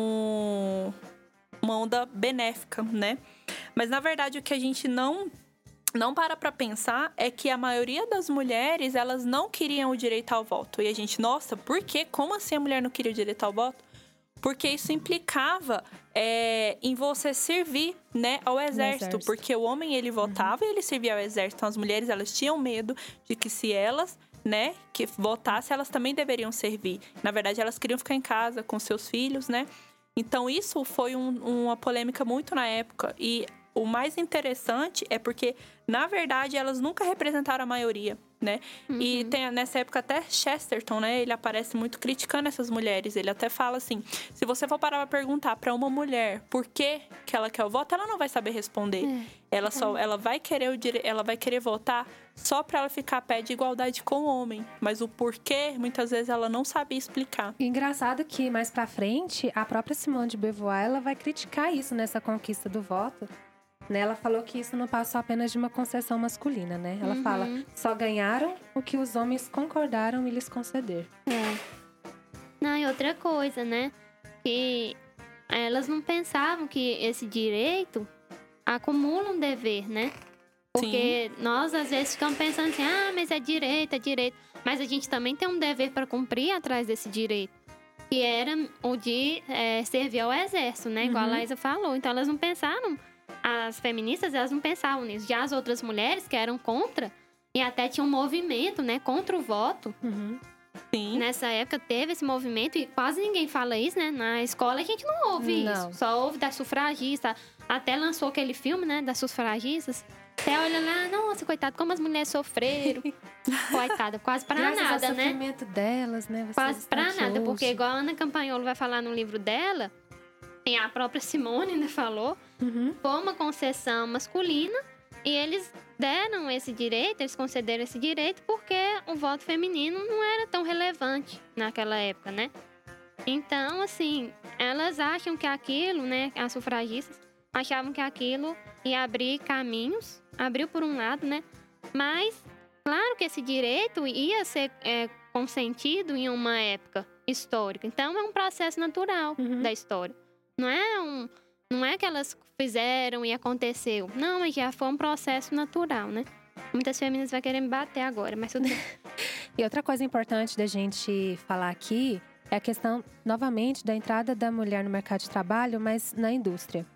um, uma onda benéfica, né? Mas, na verdade, o que a gente não, não para pra pensar é que a maioria das mulheres, elas não queriam o direito ao voto. E a gente, nossa, por quê? Como assim a mulher não queria o direito ao voto? Porque isso implicava é, em você servir, né, ao exército, exército. porque o homem ele votava e ele servia ao exército. Então as mulheres elas tinham medo de que se elas, né, que votassem, elas também deveriam servir. Na verdade elas queriam ficar em casa com seus filhos, né? Então isso foi um, uma polêmica muito na época e o mais interessante é porque, na verdade, elas nunca representaram a maioria, né? Uhum. E tem nessa época até Chesterton, né? Ele aparece muito criticando essas mulheres. Ele até fala assim, se você for parar pra perguntar pra uma mulher por que que ela quer o voto, ela não vai saber responder. É. Ela só, ela vai querer o dire... ela vai querer votar só pra ela ficar a pé de igualdade com o homem. Mas o porquê, muitas vezes, ela não sabe explicar. E engraçado que mais pra frente, a própria Simone de Beauvoir, ela vai criticar isso nessa conquista do voto. Né? Ela falou que isso não passou apenas de uma concessão masculina, né? Ela Uhum. fala, só ganharam o que os homens concordaram em lhes conceder. É. Não, e outra coisa, né? Que elas não pensavam que esse direito acumula um dever, né? Porque nós, às vezes, ficamos pensando assim, ah, mas é direito, é direito. Mas a gente também tem um dever para cumprir atrás desse direito. Que era o de é, servir ao exército, né? Igual Uhum. a Laísa falou. Então, elas não pensaram, as feministas, elas não pensavam nisso. Já as outras mulheres que eram contra, e até tinha um movimento, né? Contra o voto. Uhum. Sim. Nessa época teve esse movimento e quase ninguém fala isso, né? Na escola a gente não ouve Não. isso. Só ouve da sufragista. Até lançou aquele filme, né? Das sufragistas. Até olha lá, nossa, coitado, como as mulheres sofreram. Coitada, quase pra Graças nada, ao né? sofrimento delas, né? Vocês Quase estão pra aqui nada. hoje. Porque igual a Ana Campanholo vai falar no livro dela, e a própria Simone, né, falou, Uhum. foi uma concessão masculina e eles deram esse direito, eles concederam esse direito porque o voto feminino não era tão relevante naquela época, né? Então, assim, elas acham que aquilo, né, as sufragistas achavam que aquilo ia abrir caminhos, abriu por um lado, né? Mas, claro que esse direito ia ser é, consentido em uma época histórica. Então, é um processo natural Uhum. da história. Não é um... Não é que elas fizeram e aconteceu. Não, mas já foi um processo natural, né? Muitas feministas vão querer me bater agora, mas tudo bem. E outra coisa importante da gente falar aqui é a questão, novamente, da entrada da mulher no mercado de trabalho, mas na indústria.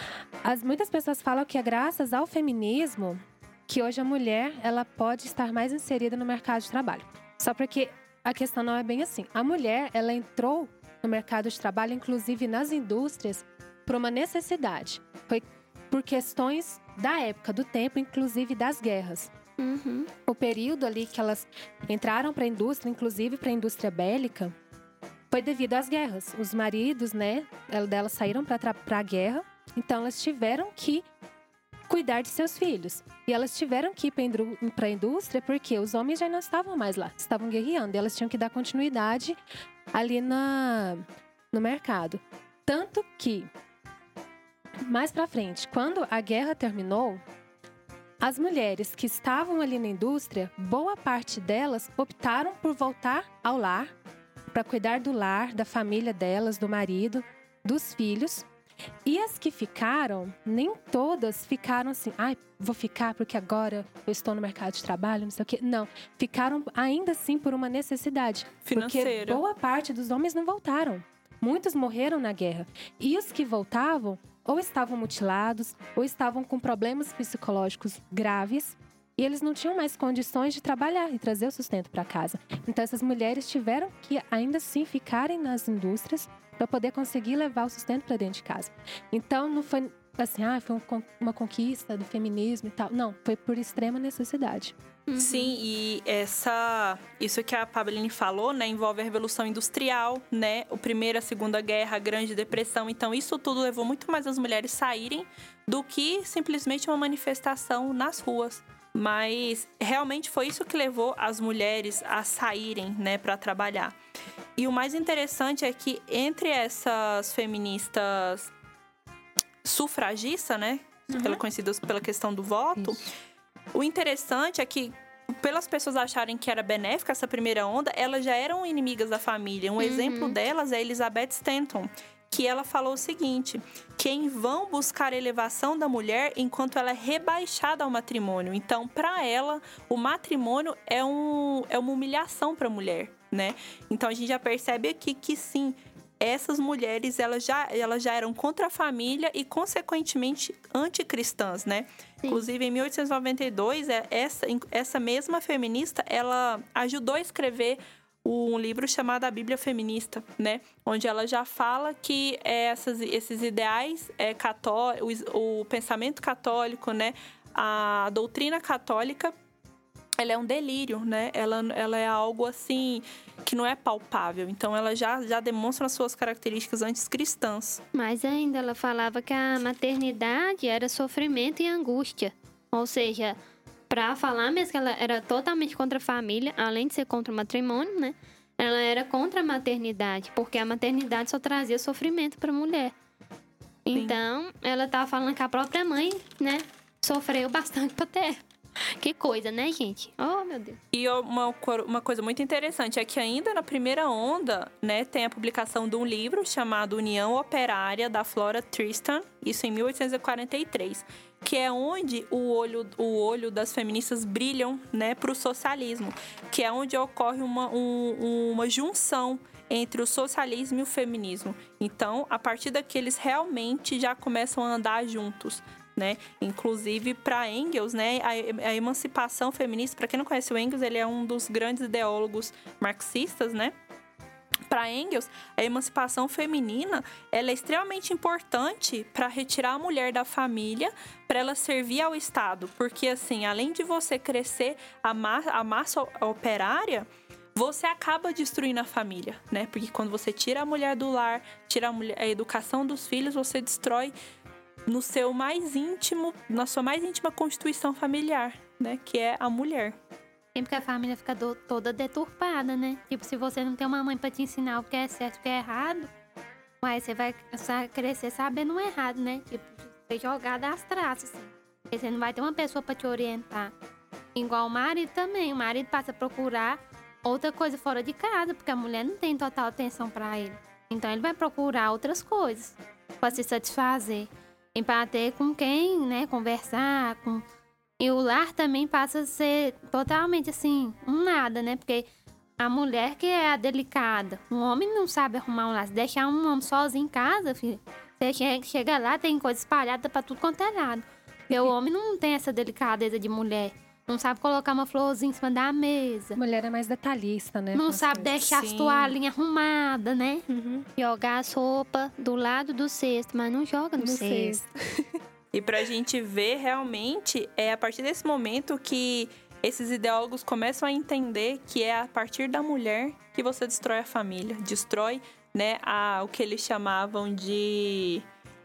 As, muitas pessoas falam que é graças ao feminismo que hoje a mulher ela pode estar mais inserida no mercado de trabalho. Só porque a questão não é bem assim. A mulher, ela entrou no mercado de trabalho, inclusive nas indústrias, por uma necessidade. Foi por questões da época, do tempo, inclusive das guerras. Uhum. O período ali que elas entraram para a indústria, inclusive para a indústria bélica, foi devido às guerras. Os maridos, né, delas saíram para a guerra, então elas tiveram que cuidar de seus filhos. E elas tiveram que ir para a indústria porque os homens já não estavam mais lá, estavam guerreando. E elas tinham que dar continuidade ali na, no mercado. Tanto que, mais para frente, quando a guerra terminou, as mulheres que estavam ali na indústria, boa parte delas optaram por voltar ao lar, para cuidar do lar, da família delas, do marido, dos filhos. E as que ficaram, nem todas ficaram assim, ai, vou ficar porque agora eu estou no mercado de trabalho, não sei o quê. Não, ficaram ainda assim por uma necessidade. Financeira. Porque boa parte dos homens não voltaram. Muitos morreram na guerra. E os que voltavam, ou estavam mutilados, ou estavam com problemas psicológicos graves. E eles não tinham mais condições de trabalhar e trazer o sustento para casa. Então essas mulheres tiveram que ainda assim ficarem nas indústrias para poder conseguir levar o sustento para dentro de casa. Então não foi assim, ah, foi um, uma conquista do feminismo e tal. Não, foi por extrema necessidade. Uhum. Sim, e essa, isso que a Pablini falou, né, envolve a Revolução Industrial, né, o primeiro, a Segunda Guerra, a Grande Depressão. Então, isso tudo levou muito mais as mulheres saírem do que simplesmente uma manifestação nas ruas. Mas realmente foi isso que levou as mulheres a saírem, né, para trabalhar. E o mais interessante é que entre essas feministas sufragistas, né, uhum. conhecidas pela questão do voto, isso. O interessante é que, pelas pessoas acharem que era benéfica essa primeira onda, elas já eram inimigas da família. Um uhum. exemplo delas é Elizabeth Stanton, que ela falou o seguinte, que em vão buscar a elevação da mulher enquanto ela é rebaixada ao matrimônio. Então, para ela, o matrimônio é, um, é uma humilhação para a mulher, né? Então, a gente já percebe aqui que, sim, essas mulheres, elas já, elas já eram contra a família e, consequentemente, anticristãs, né? Sim. Inclusive, em mil oitocentos e noventa e dois, essa, essa mesma feminista, ela ajudou a escrever um livro chamado A Bíblia Feminista, né? Onde ela já fala que essas, esses ideais, é, cató o, o pensamento católico, né? A doutrina católica, ela é um delírio, né? Ela, ela é algo assim que não é palpável. Então ela já, já demonstra as suas características anticristãs. Mas ainda ela falava que a maternidade era sofrimento e angústia. Ou seja, pra falar mesmo que ela era totalmente contra a família, além de ser contra o matrimônio, né? Ela era contra a maternidade, porque a maternidade só trazia sofrimento pra mulher. Então, ela tava falando que a própria mãe, né, sofreu bastante pra ter. Que coisa, né, gente? Oh, meu Deus. E uma, uma coisa muito interessante é que ainda na primeira onda, né, tem a publicação de um livro chamado União Operária da Flora Tristan, isso em mil oitocentos e quarenta e três, que é onde o olho, o olho das feministas brilham, né, para o socialismo, que é onde ocorre uma, um, uma junção entre o socialismo e o feminismo. Então, a partir daqui, eles realmente já começam a andar juntos. Né? Inclusive para Engels, né, a, a emancipação feminista, para quem não conhece o Engels, ele é um dos grandes ideólogos marxistas, né? Para Engels, a emancipação feminina, ela é extremamente importante para retirar a mulher da família, para ela servir ao Estado, porque assim, além de você crescer a, ma a massa operária, você acaba destruindo a família, né? Porque quando você tira a mulher do lar, tira a, mulher, a educação dos filhos, você destrói no seu mais íntimo, na sua mais íntima constituição familiar, né? Que é a mulher. Sempre que a família fica do, toda deturpada, né? Tipo, se você não tem uma mãe pra te ensinar o que é certo e o que é errado, aí você vai crescer sabendo o errado, né? Tipo, ser jogada às traças, assim. Porque você não vai ter uma pessoa pra te orientar. Igual o marido também. O marido passa a procurar outra coisa fora de casa, porque a mulher não tem total atenção pra ele. Então ele vai procurar outras coisas pra se satisfazer. E para ter com quem, né, conversar. Com... E o lar também passa a ser totalmente assim, um nada, né? Porque a mulher que é a delicada, um homem não sabe arrumar um lar. Se deixar um homem sozinho em casa, filho, você chega lá, tem coisa espalhada para tudo quanto é lado. Porque o homem não tem essa delicadeza de mulher. Não sabe colocar uma florzinha em cima da mesa. Mulher é mais detalhista, né? Não sabe deixar as toalhinhas arrumadas, né? Uhum. Jogar as roupas do lado do cesto, mas não joga no, No cesto. E pra gente ver realmente, é a partir desse momento que esses ideólogos começam a entender que é a partir da mulher que você destrói a família. Destrói, né, a, o que eles chamavam de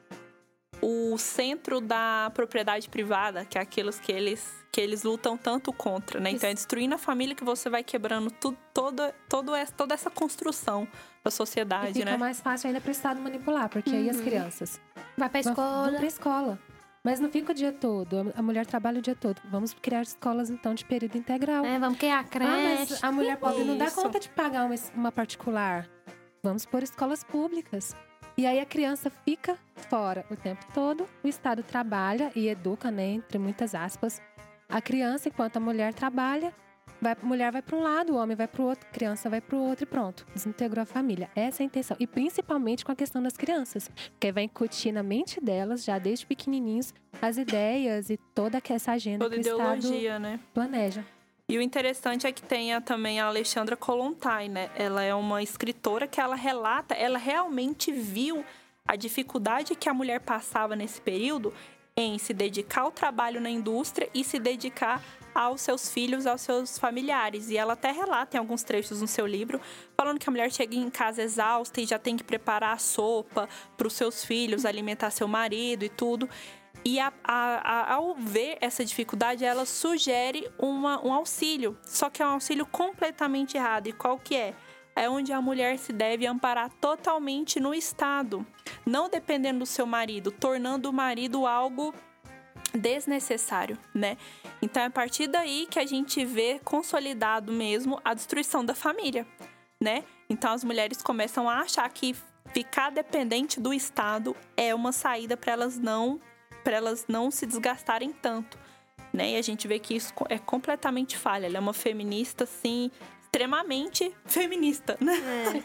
o centro da propriedade privada, que é aqueles que eles, que eles lutam tanto contra, né? Então é destruindo a família que você vai quebrando tudo, todo, todo essa, toda essa construção da sociedade, e fica né? mais fácil ainda para o Estado manipular, porque Uhum. aí as crianças Vai pra vão- escola. vão pra escola. Mas não fica o dia todo, a mulher trabalha o dia todo. Vamos criar escolas, então, de período integral. É, vamos criar Ah, creche. mas a mulher pobre não dá Isso. conta de pagar uma, uma particular. Vamos por escolas públicas. E aí a criança fica fora o tempo todo, o Estado trabalha e educa, né, entre muitas aspas, a criança, enquanto a mulher trabalha, vai, a mulher vai para um lado, o homem vai para o outro, a criança vai para o outro e pronto. Desintegrou a família. Essa é a intenção. E principalmente com a questão das crianças, porque vai incutir na mente delas, já desde pequenininhos, as ideias e toda essa agenda Toda que o Estado ideologia, né? planeja. E o interessante é que tem a- também a Alexandra Kollontai, né? Ela é uma escritora que ela relata, ela realmente viu a dificuldade que a mulher passava nesse período em se dedicar ao trabalho na indústria e se dedicar aos seus filhos, aos seus familiares. E ela até relata em alguns trechos no seu livro, falando que a mulher chega em casa exausta e já tem que preparar a sopa para os seus filhos, alimentar seu marido e tudo. E a, a, a, ao ver essa dificuldade, ela sugere uma, um auxílio. Só que é um auxílio completamente errado. E qual que é? É onde a mulher se deve amparar totalmente no Estado. Não dependendo do seu marido, tornando o marido algo desnecessário, né? Então é a partir daí que a gente vê consolidado mesmo a destruição da família, né? Então as mulheres começam a achar que ficar dependente do Estado é uma saída para elas não para elas não se desgastarem tanto, né? E a gente vê que isso é completamente falha. Ela é uma feminista, assim, extremamente feminista, né?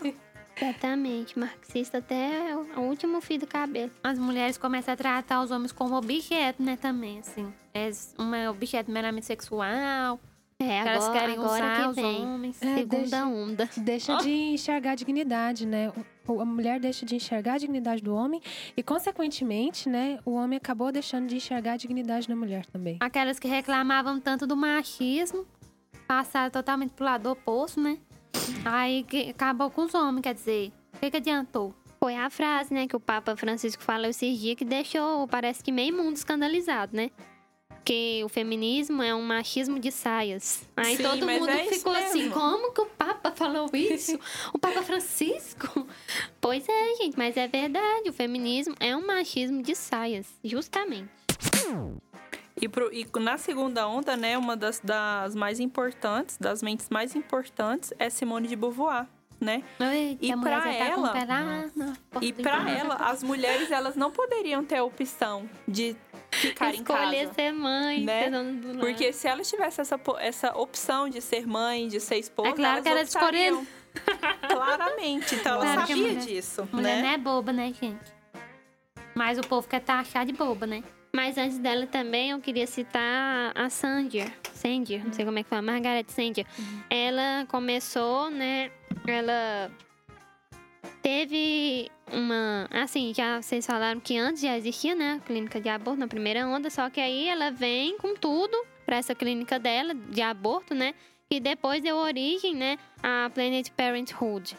É, exatamente. Marxista até o último fio do cabelo. As mulheres começam a tratar os homens como objeto, né, também, assim. É um objeto meramente sexual, É, Elas agora, querem agora usar que os vem. homens. É, Segunda deixa- onda. Deixa de enxergar a dignidade, né? O- A mulher deixa de enxergar a dignidade do homem e, consequentemente, né, o homem acabou deixando de enxergar a dignidade da mulher também. Aquelas que reclamavam tanto do machismo, passaram totalmente pro lado oposto, né? Aí que acabou com os homens, quer dizer, o que, que adiantou? Foi a frase, né, que o Papa Francisco falou esses dias que deixou, parece que meio mundo escandalizado, né? Que o feminismo é um machismo de saias. Aí Sim, todo mas mundo é isso ficou assim, mesmo. como que o Papa falou isso? O Papa Francisco? Pois é, gente, mas é verdade. O feminismo é um machismo de saias, justamente. E, pro- e na segunda onda, né, uma das, das mais importantes, das mentes mais importantes, é Simone de Beauvoir, né? Eita, E a mulher pra já tá com ela- o pé lá na porta E do pra inferno. ela, as mulheres, elas não poderiam ter a opção de ficar em Escolher casa. ser mãe, né? ser dona do lar. Porque se elas tivessem essa, po- essa opção de ser mãe, de ser esposa, É claro que elas optariam. Claramente. Então ela Claro que a sabia mulher- disso, Mulher né? não é boba, né, gente? Mas o povo quer taxar de boba, né? Mas antes dela também, eu queria citar a Sandia. Sandia, não sei como é que fala, Margaret Sandia. Ela começou, né? Ela teve uma... Assim, já vocês falaram que antes já existia, né? A clínica de aborto na primeira onda. Só que aí ela vem com tudo pra essa clínica dela de aborto, né? E depois deu origem, né? A Planned Parenthood.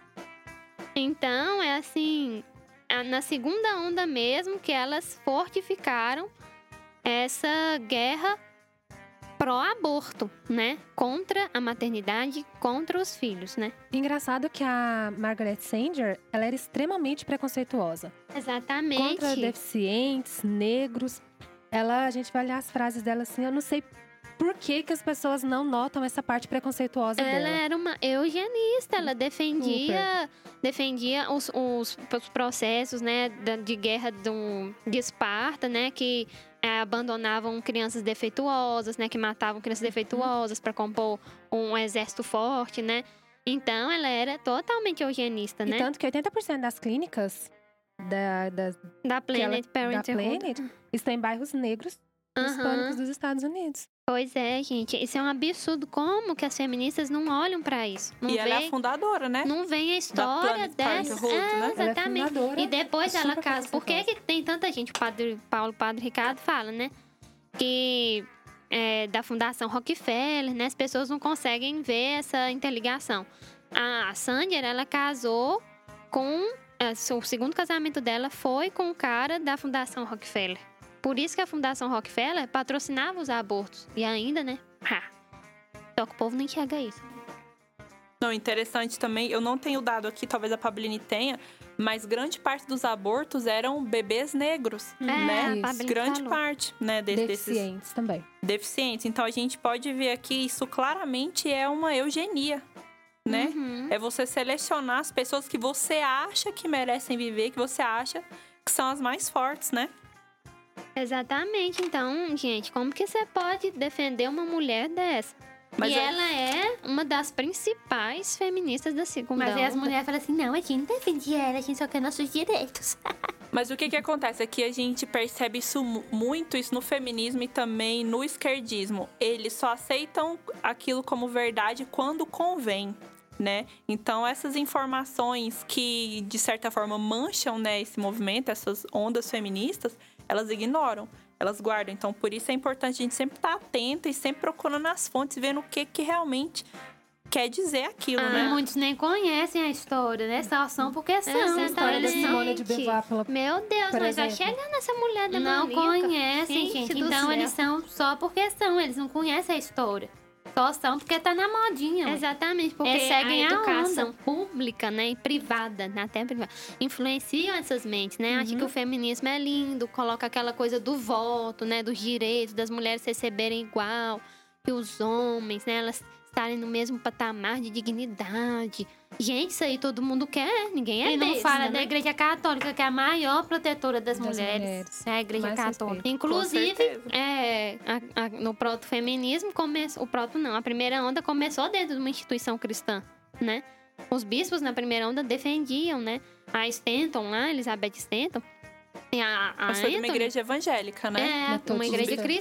Então, é assim... a- na segunda onda mesmo que elas fortificaram essa guerra pró-aborto, né? Contra a maternidade, contra os filhos, né? Engraçado que a Margaret Sanger, ela era extremamente preconceituosa. Exatamente. Contra deficientes, negros. Ela, a gente vai olhar as frases dela assim, eu não sei por que, que as pessoas não notam essa parte preconceituosa Ela dela. era uma eugenista, ela defendia, defendia os, os, os processos, né, da- de guerra do, de Esparta, né, que eh, abandonavam crianças defeituosas, né, que matavam crianças defeituosas para compor um exército forte, né. Então, ela era totalmente eugenista, E né, tanto que oitenta por cento das clínicas da, da, da que ela- Planned da Parenthood. Planet estão em bairros negros hispânicos dos Estados Unidos. Pois é, gente, isso é um absurdo. Como que as feministas não olham para isso? Não E ela é vê, a fundadora, né? não vem a história Planned dessa. Parenthood, É, né? Ela é exatamente. fundadora. E depois ela super casa. Por que, preconceituosa. que tem tanta gente? O padre Paulo, Padre Ricardo fala, né? Que é, da Fundação Rockefeller, né? As pessoas não conseguem ver essa interligação. A Sanger, ela casou com. é, O segundo casamento dela foi com o cara da Fundação Rockefeller. Por isso que a Fundação Rockefeller patrocinava os abortos. E ainda, né? Ha. Só que o povo não enxerga isso. Não, interessante também, eu não tenho dado aqui, talvez a Pabline tenha, mas grande parte dos abortos eram bebês negros, É, né? a Pabline Grande falou. parte, né, de- desses Deficientes também. deficientes. Então a gente pode ver aqui, isso claramente é uma eugenia, né? Uhum. É você selecionar as pessoas que você acha que merecem viver, que você acha que são as mais fortes, né? Exatamente. Então, gente, como que você pode defender uma mulher dessa? Mas e é- ela é uma das principais feministas da segunda Mas aí as onda. mulheres falam assim, não, a gente não defende ela, a gente só quer nossos direitos. Mas o que que acontece? Aqui a gente percebe isso mu- muito, isso no feminismo e também no esquerdismo. Eles só aceitam aquilo como verdade quando convém, né? Então essas informações que, de certa forma, mancham, né, esse movimento, essas ondas feministas, elas ignoram, elas guardam. Então por isso é importante a gente sempre estar atenta e sempre procurando nas fontes, vendo o que que realmente quer dizer aquilo, Ah, né? Muitos nem conhecem a história, né? Só são porque são. Exatamente. A história da Eles Simone de Gente, Beauvoir pela Meu Deus, Por mas vai exemplo. chegar nessa mulher não, da não conhecem, Gente gente. do Então céu. eles são só porque são, eles não conhecem a história. Só são porque tá na modinha. ué. Exatamente, porque Eles seguem a a educação onda. pública, né, e privada, né, até privada, influenciam essas mentes, né? Uhum. Acha que o feminismo é lindo, coloca aquela coisa do voto, né, dos direitos das mulheres receberem igual que os homens, né, elas estarem no mesmo patamar de dignidade. Gente, isso aí todo mundo quer, ninguém é E não besta, fala né? da Igreja Católica, que é a maior protetora das, Das mulheres. mulheres. É a Igreja Mais Católica. respeito. Inclusive, Com certeza. é, a- a- no proto-feminismo, começou, o proto não, a primeira onda começou dentro de uma instituição cristã, né? Os bispos na primeira onda defendiam, né? A Stanton lá, Elizabeth Stanton, e a, a Mas foi de uma Anthony, igreja evangélica, né? é, uma Metodista. igreja cristã,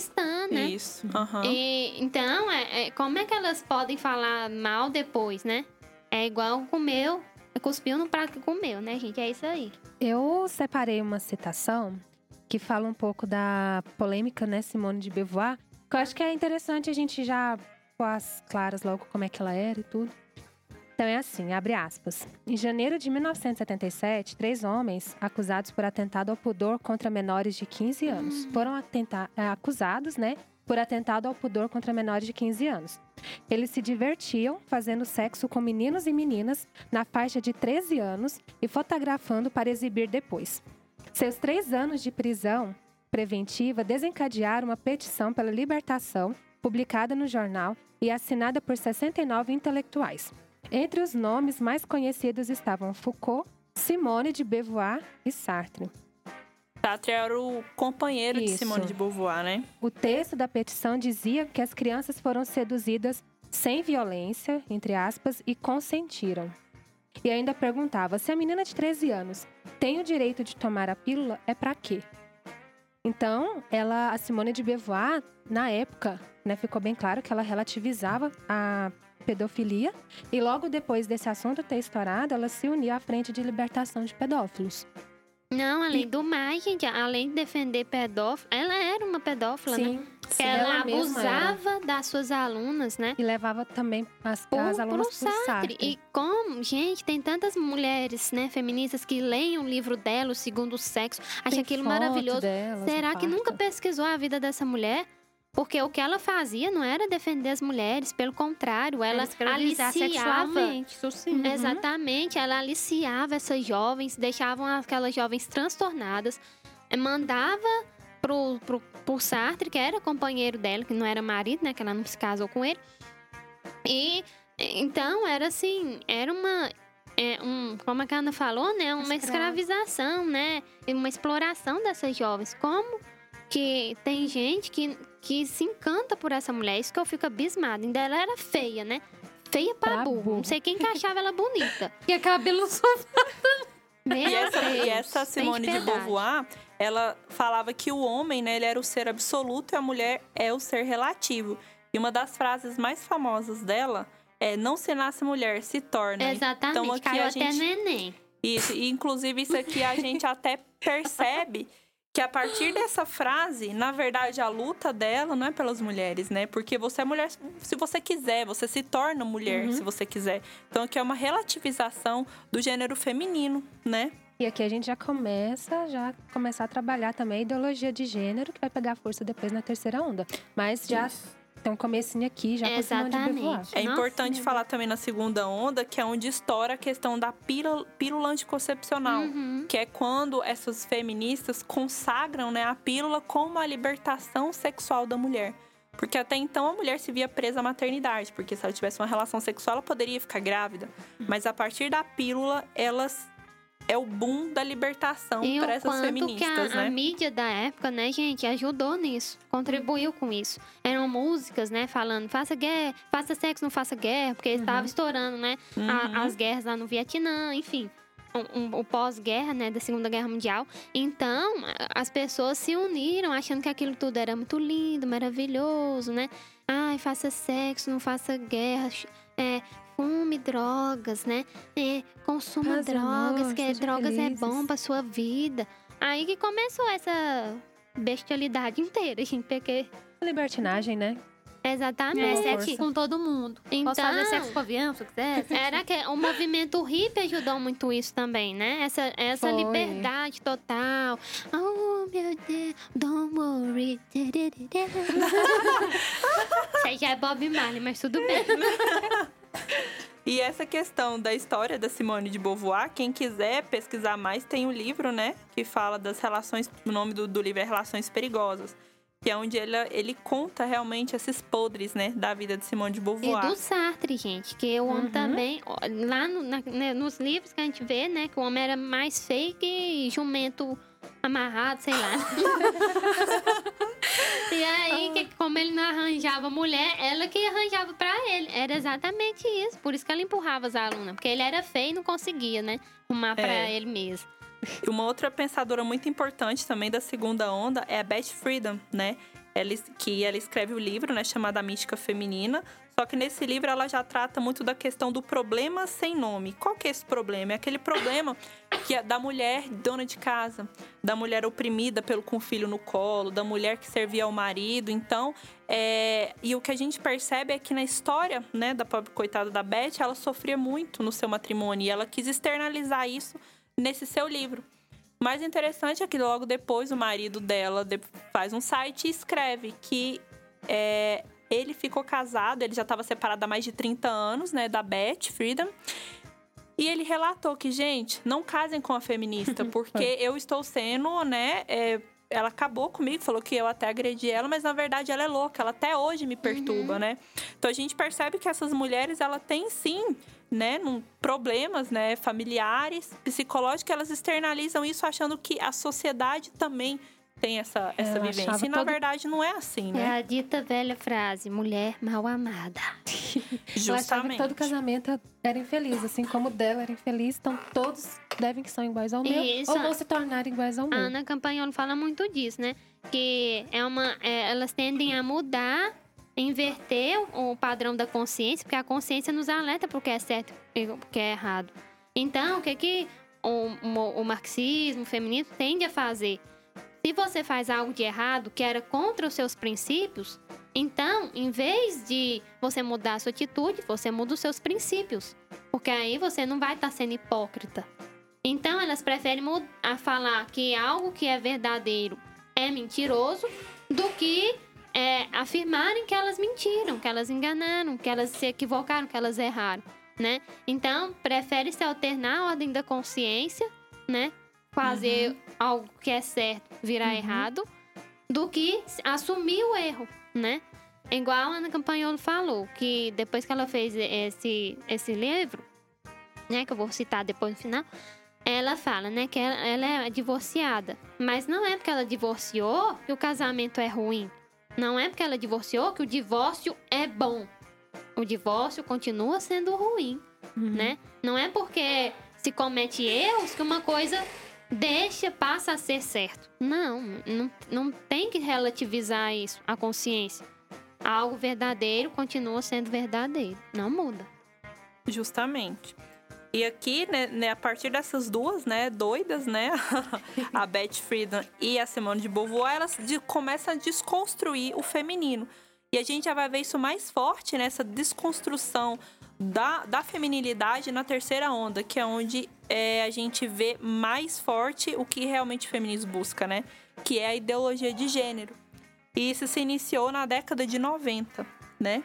né? Isso. aham. E, então, é, é- como é que elas podem falar mal depois, né? É igual comeu, cuspiu no prato que comeu, né, gente? É isso aí. Eu separei uma citação que fala um pouco da polêmica, né, Simone de Beauvoir. Que eu acho que é interessante a gente já pôr as claras logo como é que ela era e tudo. Então é assim, abre aspas. Em janeiro de mil novecentos e setenta e sete, três homens acusados por atentado ao pudor contra menores de quinze anos foram atenta- é, acusados, né, por atentado ao pudor contra menores de quinze anos. Eles se divertiam fazendo sexo com meninos e meninas na faixa de treze anos e fotografando para exibir depois. Seus três anos de prisão preventiva desencadearam uma petição pela libertação, publicada no jornal e assinada por sessenta e nove intelectuais. Entre os nomes mais conhecidos estavam Foucault, Simone de Beauvoir e Sartre. Sartre era o companheiro de Isso. Simone de Beauvoir, né? O texto da petição dizia que as crianças foram seduzidas sem violência, entre aspas, e consentiram. E ainda perguntava, se a menina de treze anos tem o direito de tomar a pílula, é pra quê? Então, ela, a Simone de Beauvoir, na época, né, ficou bem claro que ela relativizava a pedofilia. E logo depois desse assunto ter estourado, ela se uniu à Frente de Libertação de Pedófilos. Não, além do mais, gente, além de defender pedófilo, ela era uma pedófila, né? sim, Ela mesma era. abusava das suas alunas, né? E levava também as, Por, as por alunas um por Sartre. Sartre. E como, gente, tem tantas mulheres, né, feministas que leem o livro dela, O Segundo Sexo, acham Tem aquilo foto maravilhoso. delas, Será o que nunca parto. pesquisou a vida dessa mulher? Porque o que ela fazia não era defender as mulheres, pelo contrário, ela escravizar aliciava. sexualmente, isso sim. Exatamente, ela aliciava essas jovens, deixavam aquelas jovens transtornadas, eh, mandava pro, pro, pro Sartre, que era companheiro dela, que não era marido, né, que ela não se casou com ele. E então era assim, era uma, é, um, como a Ana falou, né, uma Escravo. escravização, né, e uma exploração dessas jovens. Como que tem gente que, que se encanta por essa mulher, isso que eu fico abismada. Ainda ela era feia, né? Feia pra, Pra burro. burro. Não sei quem que achava ela bonita. E a cabelo sofá. Meu E essa, Deus, e essa sem Simone de piedade. Beauvoir, ela falava que o homem, né, ele era o ser absoluto e a mulher é o ser relativo. E uma das frases mais famosas dela é: não se nasce mulher, se torna. Exatamente, Então aqui caiu a até gente... neném. Isso, e inclusive isso aqui a gente até percebe que a partir dessa frase, na verdade, a luta dela não é pelas mulheres, né? Porque você é mulher se você quiser, você se torna mulher Uhum. se você quiser. Então aqui é uma relativização do gênero feminino, né? E aqui a gente já começa já começar a trabalhar também a ideologia de gênero, que vai pegar força depois na terceira onda. Mas já tem um comecinho aqui, já com Simone de Beauvoir. Exatamente. É Nossa, importante meu falar também na segunda onda, que é onde estoura a questão da pílula, pílula anticoncepcional. Uhum. Que é quando essas feministas consagram, né, a pílula como a libertação sexual da mulher. Porque até então a mulher se via presa à maternidade, porque se ela tivesse uma relação sexual, ela poderia ficar grávida. Mas a partir da pílula, elas é o boom da libertação E para o essas quanto feministas, que a, né? a mídia da época, né, gente, ajudou nisso, contribuiu com isso. Eram músicas, né, falando, faça guerra, faça sexo, não faça guerra, porque estava estourando, né, a- Uhum. as guerras lá no Vietnã, enfim. Um, um- o pós-guerra, né, da Segunda Guerra Mundial. Então, a- as pessoas se uniram, achando que aquilo tudo era muito lindo, maravilhoso, né? Ai, faça sexo, não faça guerra, é, fume drogas, né? É, consuma Paz e drogas, amor, que sejam drogas é felizes. bom pra sua vida. Aí que começou essa bestialidade inteira, gente, porque Libertinagem, né? É, exatamente. sexo com todo mundo. Então, Posso fazer sexo com avião, se eu quiser. era que o movimento hippie ajudou muito isso também, né? Essa, essa Foi. liberdade total. Oh, meu Deus, don't worry. Isso aí já é Bob Marley, mas tudo bem. E essa questão da história da Simone de Beauvoir, quem quiser pesquisar mais, tem o livro, né? Que fala das relações, o nome do, do livro é Relações Perigosas. Que é onde ele, ele conta realmente esses podres, né? Da vida de Simone de E Beauvoir. do Sartre, gente, que o homem Uhum. também, ó, lá no- na- né, nos livros que a gente vê, né, que o homem era mais feio que jumento amarrado, sei lá. E aí, que, como ele não arranjava mulher, ela que arranjava pra ele. Era exatamente isso. Por isso que ela empurrava as alunas. Porque ele era feio e não conseguia, né? Arrumar pra É. ele mesmo. E uma outra pensadora muito importante também da segunda onda é a Beth Friedan, né? ela, que ela escreve o livro, né, chamado A Mística Feminina. Só que nesse livro ela já trata muito da questão do problema sem nome. Qual que é esse problema? É aquele problema que é da mulher dona de casa, da mulher oprimida pelo, com o filho no colo, da mulher que servia ao marido. Então, é, e o que a gente percebe é que na história, né, da pobre coitada da Beth, ela sofria muito no seu matrimônio e ela quis externalizar isso nesse seu livro. O mais interessante é que logo depois o marido dela faz um site e escreve que é, ele ficou casado, ele já estava separado há mais de trinta anos, né, da Beth Friedan. E ele relatou que, gente, não casem com a feminista, porque eu estou sendo, né, é, ela acabou comigo, falou que eu até agredi ela, mas na verdade ela é louca, ela até hoje me perturba, uhum. né? Então a gente percebe que essas mulheres, ela tem sim, né, num, problemas, né, familiares, psicológicos, elas externalizam isso achando que a sociedade também tem essa, essa Eu vivência. E na todo... verdade não é assim, né? É a dita velha frase, mulher mal amada. Justamente. Eu achava que todo casamento era infeliz, assim como o dela era infeliz, então todos devem que são iguais ao meu, Isso. ou vão se tornar iguais ao A meu. Ana Campagnolo fala muito disso, né? Que é uma, é, elas tendem a mudar, inverter o, o padrão da consciência, porque a consciência nos alerta porque é certo e porque é errado. Então, o que, que o, o, o marxismo, o feminismo tende a fazer? Se você faz algo de errado, que era contra os seus princípios, então, em vez de você mudar a sua atitude, você muda os seus princípios. Porque aí você não vai estar sendo hipócrita. Então, elas preferem a falar que algo que é verdadeiro é mentiroso do que é, afirmarem que elas mentiram, que elas enganaram, que elas se equivocaram, que elas erraram, né? Então, prefere-se alternar a ordem da consciência, né? Fazer uhum. algo que é certo virar uhum. errado, do que assumir o erro, né? Igual a Ana Campagnolo falou, que depois que ela fez esse, esse livro, né, que eu vou citar depois no final, ela fala, né, que ela, ela é divorciada. Mas não é porque ela divorciou que o casamento é ruim. Não é porque ela divorciou que o divórcio é bom. O divórcio continua sendo ruim, uhum. né? Não é porque se comete erros que uma coisa deixa, passa a ser certo. Não, não, não tem que relativizar isso, a consciência. Algo verdadeiro continua sendo verdadeiro, não muda. Justamente. E aqui, né, né, a partir dessas duas, né, doidas, né, a Beth Friedan e a Simone de Beauvoir, elas de, começam a desconstruir o feminino. E a gente já vai ver isso mais forte nessa desconstrução da, da feminilidade na terceira onda, que é onde é, a gente vê mais forte o que realmente o feminismo busca, né? Que é a ideologia de gênero. E isso se iniciou na década de noventa, né?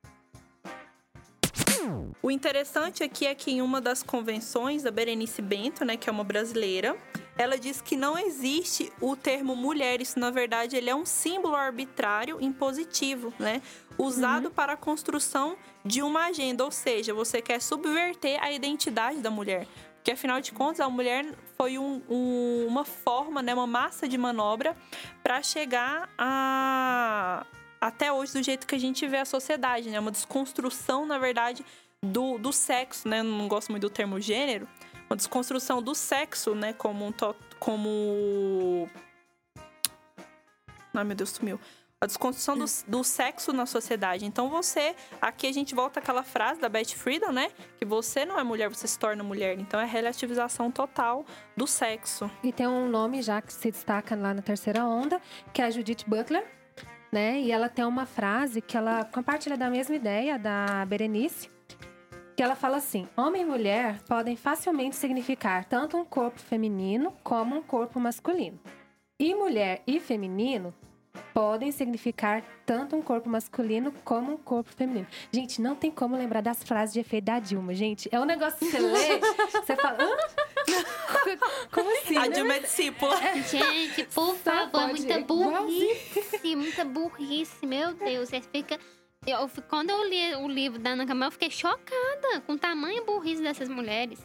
O interessante aqui é que em uma das convenções, a Berenice Bento, né, que é uma brasileira, ela diz que não existe o termo mulher. Isso, na verdade, ele é um símbolo arbitrário impositivo, né? Usado uhum. para a construção de uma agenda. Ou seja, você quer subverter a identidade da mulher. Porque, afinal de contas, a mulher foi um, um, uma forma, né, uma massa de manobra para chegar a... até hoje, do jeito que a gente vê a sociedade, né? Uma desconstrução, na verdade, do, do sexo, né? Não gosto muito do termo gênero. Uma desconstrução do sexo, né? Como um... To- como... Ai, meu Deus, sumiu. A desconstrução do, do sexo na sociedade. Então, você... Aqui a gente volta àquela frase da Beth Friedan, né? Que você não é mulher, você se torna mulher. Então, é a relativização total do sexo. E tem um nome já que se destaca lá na terceira onda, que é a Judith Butler, né? E ela tem uma frase que ela compartilha da mesma ideia da Berenice, que ela fala assim: homem e mulher podem facilmente significar tanto um corpo feminino como um corpo masculino. E mulher e feminino podem significar tanto um corpo masculino como um corpo feminino. Gente, não tem como lembrar das frases de efeito da Dilma, gente. É um negócio que você lê, você fala... Hã? Como assim, A né? Dilma é discípula. Gente, por favor, pode, muita é burrice, muita burrice, meu Deus. Você fica... Eu, quando eu li o livro da Ana Campagnolo, eu fiquei chocada com o tamanho burrice dessas mulheres.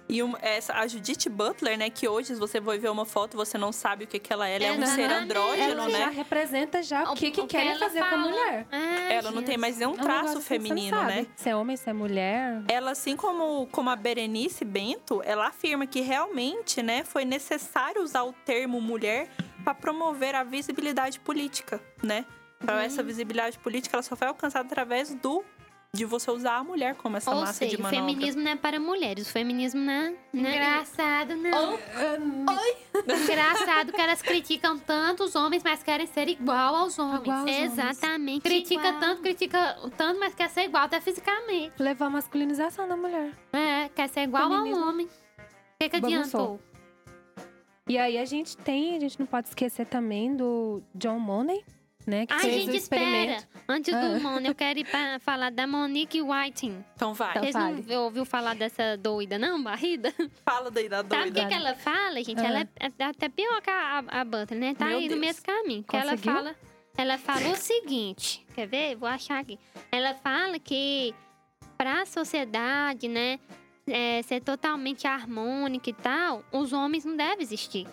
E uma, essa, a Judith Butler, né? Que hoje, se você vai ver uma foto, você não sabe o que, que ela é. Ela é um ser Exatamente. andrógeno, Ela já né? representa já o que, que O que querem ela fazer com a fala. mulher. É, Ela não gente. tem mais nenhum É um traço negócio que você não feminino, sabe né? Se é homem, se é mulher. Ela, assim como, como a Berenice Bento, ela afirma que realmente, né, foi necessário usar o termo mulher para promover a visibilidade política, né? Para Uhum. essa visibilidade política, ela só foi alcançada através do de você usar a mulher como essa Ou massa seja, de o manobra. feminismo não é para mulheres, o feminismo não é... Não é- Engraçado, não. Engraçado que elas criticam tanto os homens, mas querem ser igual aos homens. Igual aos homens. Exatamente. Critica igual. tanto, critica tanto, mas quer ser igual até fisicamente. Levar a masculinização da mulher. É, quer ser igual Feminismo. ao homem. O que, que Bagunçou. adiantou? E aí a gente tem, a gente não pode esquecer também do John Money, né? Que Ai, fez gente, o espera. experimento. Antes Ah. do Mono, eu quero ir pra falar da Monique Whiting. Então vai, Então Vocês fale. não ouviu falar dessa doida, não, barrida? fala daí da Sabe o doida. que, que ela fala, gente? Ah. Ela é é até pior que a, a, a Butler, né? Tá Meu aí no Deus. mesmo caminho. Que ela Conseguiu? fala, ela fala o seguinte, quer ver? Vou achar aqui. Ela fala que pra sociedade, né, é, ser totalmente harmônica e tal, os homens não devem existir.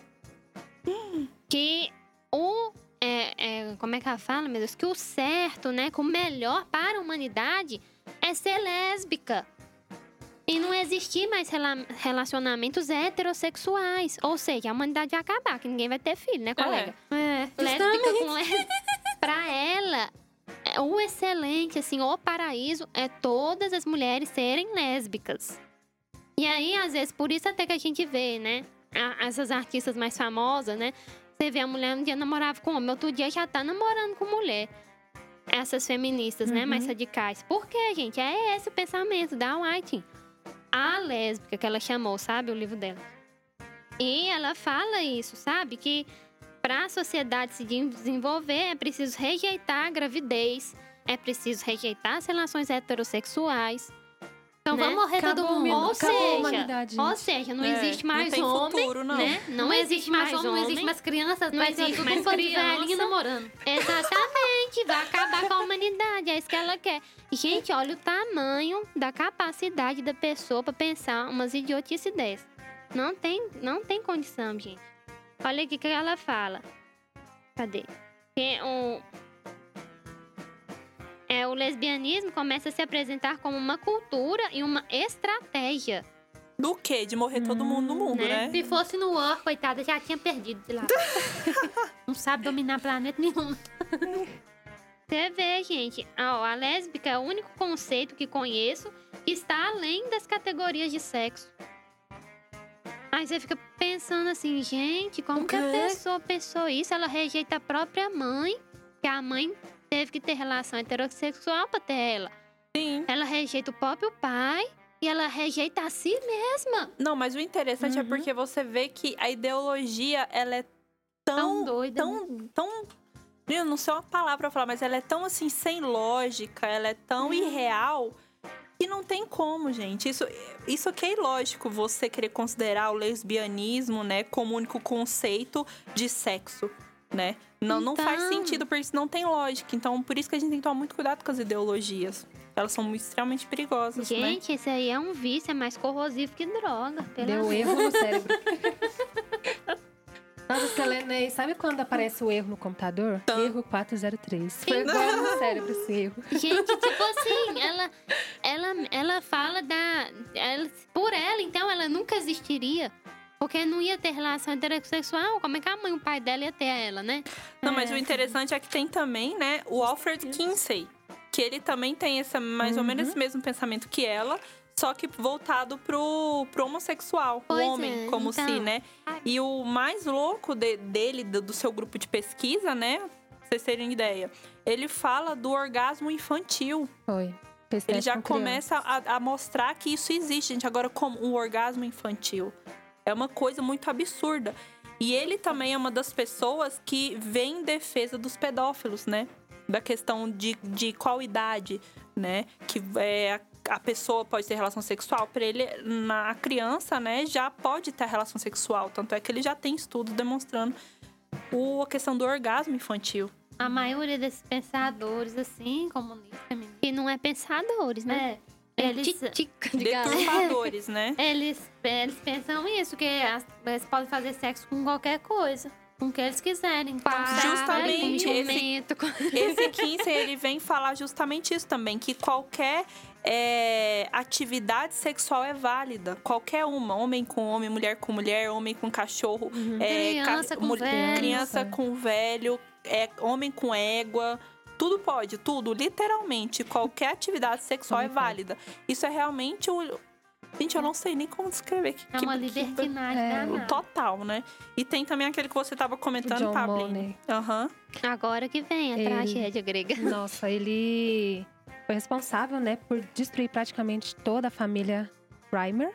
Que o... é, é, como é que ela fala, meu Deus? Que o certo, né, que o melhor para a humanidade é ser lésbica. E não existir mais rela- relacionamentos heterossexuais. Ou seja, a humanidade vai acabar, que ninguém vai ter filho, né, colega? É, Lésbica com lésbica. Pra ela, é, o excelente, assim, o paraíso é todas as mulheres serem lésbicas. E aí, às vezes, por isso até que a gente vê, né? a- Essas artistas mais famosas, né? Você vê a mulher um dia namorava com homem, outro dia já tá namorando com mulher. Essas feministas, né? Uhum. Mais radicais. Por quê, gente? É esse o pensamento da Whiting. A lésbica que ela chamou, sabe? O livro dela. E ela fala isso, sabe? Que para a sociedade se desenvolver é preciso rejeitar a gravidez, é preciso rejeitar as relações heterossexuais. Então né? vamos morrer todo Acabou, mundo. Ou acabou a seja, humanidade, ou gente. seja, não É, existe mais não tem homem, futuro, não. né? Não, existe mais homem, não existe homem. mais crianças, Não vai existe ser tudo mais um bando de criança. velhinho namorando. Exatamente, vai acabar com a humanidade, é isso que ela quer. Gente, olha o tamanho da capacidade da pessoa para pensar umas idiotices dessas. Não tem, não tem condição, gente. Olha aqui o que ela fala. Cadê? Que o, é, o lesbianismo começa a se apresentar como uma cultura e uma estratégia. Do quê? De morrer todo mundo no mundo, né? né? Se fosse no War, coitada, já tinha perdido de lá. Não sabe dominar planeta nenhum. Você vê, gente, ó, a lésbica é o único conceito que conheço que está além das categorias de sexo. Aí você fica pensando assim, gente, como O que a quê? pessoa pensou isso? Ela rejeita a própria mãe, que a mãe teve que ter relação heterossexual pra ter ela. Sim. Ela rejeita o próprio pai e ela rejeita a si mesma. Não, mas o interessante é Uhum. porque você vê que a ideologia, ela é tão... Tão doida, Tão, tão... Eu não sei uma palavra pra falar, mas ela é tão, assim, sem lógica, ela é tão irreal que não tem como, gente. Isso, isso que é ilógico, você querer considerar o lesbianismo, né, como único conceito de sexo, né? Não, não faz Então. sentido, porque isso não tem lógica. Então, por isso que a gente tem que tomar muito cuidado com as ideologias. Elas são muito- extremamente perigosas, né? Gente, esse aí é um vício, é mais corrosivo que droga. Pelo Deu amor. erro no cérebro. Nossa, Selena, e sabe quando aparece o erro no computador? Erro quatrocentos e três. Foi agora no cérebro esse erro. Gente, tipo assim, ela, ela, ela fala da. Ela, por ela, então, ela nunca existiria. Porque não ia ter relação heterossexual. Como é que a mãe e o pai dela ia ter ela, né? Não, mas o interessante é que tem também, né, o Alfred Kinsey, que ele também tem essa, mais ou menos esse mesmo pensamento que ela, só que voltado pro, pro homossexual, Pois o homem, é, como então. se, né? E o mais louco de- dele, do, do seu grupo de pesquisa, né, pra vocês terem ideia, ele fala do orgasmo infantil. Foi. Fez Ele teste já com criança. começa a, a mostrar que isso existe, gente, agora como um orgasmo infantil. É uma coisa muito absurda. E ele também é uma das pessoas que vem em defesa dos pedófilos, né? Da questão de, de qual idade, né? Que é, a, a pessoa pode ter relação sexual. Para ele, na criança, né? Já pode ter relação sexual. Tanto é que ele já tem estudos demonstrando o, a questão do orgasmo infantil. A maioria desses pensadores, assim, comunistas, feministas, E não é pensadores, né? é, Eles, Tica de galera. Deturpadores, né? eles, eles pensam isso, que as- eles podem fazer sexo com qualquer coisa. Com o que eles quiserem. Com Ah, Justamente com esse- jumento, com- Esse Kinsey, ele vem falar justamente isso também, que qualquer é, atividade sexual é válida. Qualquer uma. Homem com homem, mulher com mulher, homem com cachorro. é, Criança ca- com mulher- velho. Criança com velho, é, homem com égua. Tudo pode, tudo. Literalmente, qualquer atividade sexual é válida. Isso é realmente o... Gente, eu não sei nem como descrever. Que, É uma que- libertinagem é, o danada. total, né? E tem também aquele que você tava comentando, John Pablo. Money. Aham. Agora que vem a Ele- tragédia grega. Nossa, ele foi responsável, né, por destruir praticamente toda a família Reimer.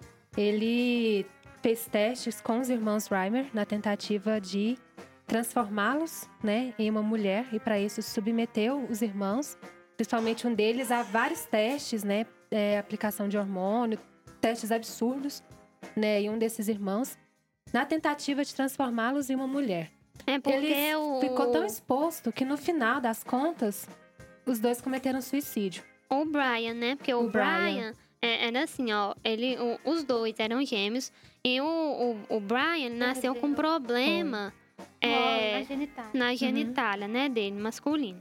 Ele fez testes com os irmãos Reimer na tentativa de transformá-los, né, em uma mulher, e para isso submeteu os irmãos, principalmente um deles, a vários testes, né, é, aplicação de hormônio, testes absurdos, né, e um desses irmãos, na tentativa de transformá-los em uma mulher. É porque Ele o, ficou tão exposto que no final das contas, os dois cometeram suicídio. o Brian, né? Porque o, O Brian. Brian, é, era assim, ó. Ele, o- os dois eram gêmeos. E o, o, o Brian nasceu com um problema é, Na genitália. na genitália, né? Dele, masculino.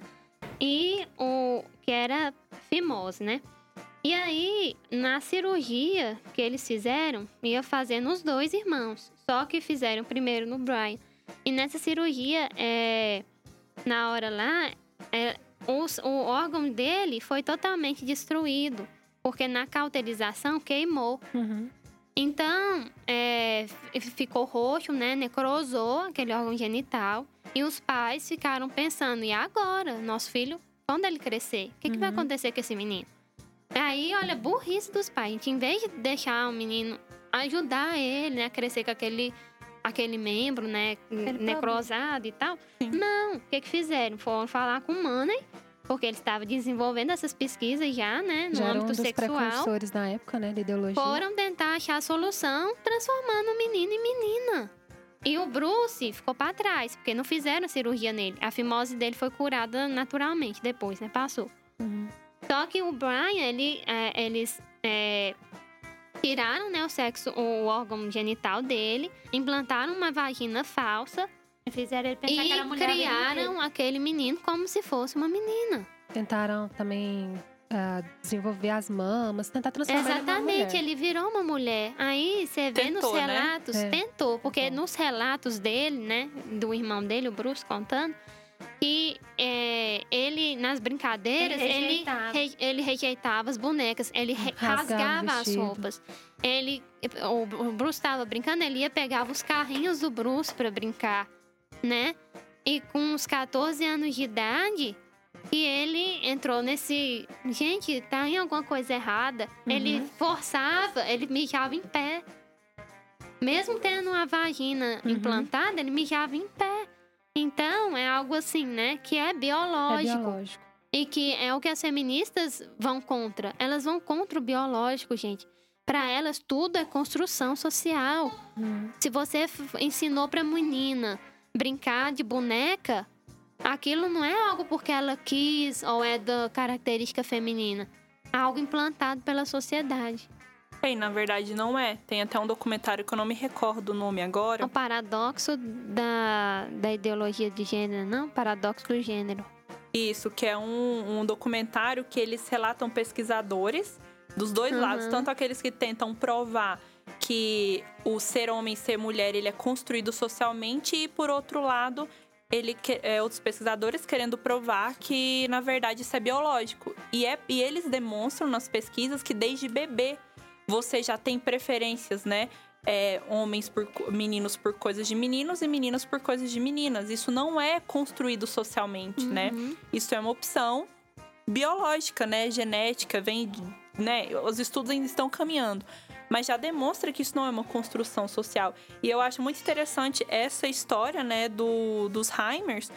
E o que era fimose, né? E aí, na cirurgia que eles fizeram, ia fazer nos dois irmãos. Só que fizeram primeiro no Brian. E nessa cirurgia, é, na hora lá, é, os- o órgão dele foi totalmente destruído. Porque na cauterização queimou. Então, é, f- ficou roxo, né? Necrosou aquele órgão genital. E os pais ficaram pensando, e agora? Nosso filho, quando ele crescer? O que, que vai acontecer com esse menino? Aí, olha, burrice dos pais. A gente, em vez de deixar o menino, ajudar ele, né? A crescer com aquele, aquele membro, né? Necrosado e tal. Não, o que que fizeram? Foram falar com o Money, porque ele estava desenvolvendo essas pesquisas já, né? No Já era um âmbito dos sexual. precursores na época, né, da ideologia. Foram tentar achar a solução transformando o menino em menina. E o Bruce ficou pra trás, porque não fizeram cirurgia nele. A fimose dele foi curada naturalmente depois, né? Passou. Uhum. Só que o Brian, ele, é, eles é, tiraram, né, o sexo, o órgão genital dele, implantaram uma vagina falsa Fizeram ele pensar que era e mulher a vida inteira. criaram aquele menino como se fosse uma menina. Tentaram também ah, desenvolver as mamas, tentar transformar ele numa Exatamente, mulher. ele virou uma mulher. Aí você vê Tentou, nos né? relatos, É. tentou, porque Tentou. nos relatos dele, né, do irmão dele, o Bruce, contando, que é, ele, nas brincadeiras, Ele ele, rejeitava. re- ele rejeitava as bonecas, ele re- Rasgava o rasgava as vestido. roupas. Ele, o, o Bruce estava brincando, ele ia pegava os carrinhos do Bruce para brincar, né? E com uns catorze anos de idade, e ele entrou nesse... Gente, tá em alguma coisa errada. Ele forçava, ele mijava em pé. Mesmo tendo uma vagina Uhum. implantada, ele mijava em pé. Então, é algo assim, né? Que é É biológico. biológico. E que é o que as feministas vão contra. Elas vão contra o biológico, gente. Para elas, tudo é construção social. Uhum. Se você f- ensinou pra menina brincar de boneca, aquilo não é algo porque ela quis ou é da característica feminina. É algo implantado pela sociedade. Bem, na verdade não é. Tem até um documentário que eu não me recordo o nome É agora. o paradoxo da, da ideologia de gênero, não? Paradoxo do gênero. Isso, que é um, um documentário que eles relatam pesquisadores dos dois Uhum. lados. Tanto aqueles que tentam provar que o ser homem e ser mulher ele é construído socialmente, e por outro lado, ele que- é, outros pesquisadores querendo provar que, na verdade, isso é biológico. E, é, e eles demonstram nas pesquisas que desde bebê você já tem preferências, né? É, homens por co- meninos por coisas de meninos e meninas por coisas de meninas. Isso não é construído socialmente, né? Uhum. Isso é uma opção biológica, né? Genética, vem, de- né? Os estudos ainda estão caminhando, mas já demonstra que isso não é uma construção social. E eu acho muito interessante essa história, né, do, dos Reimers,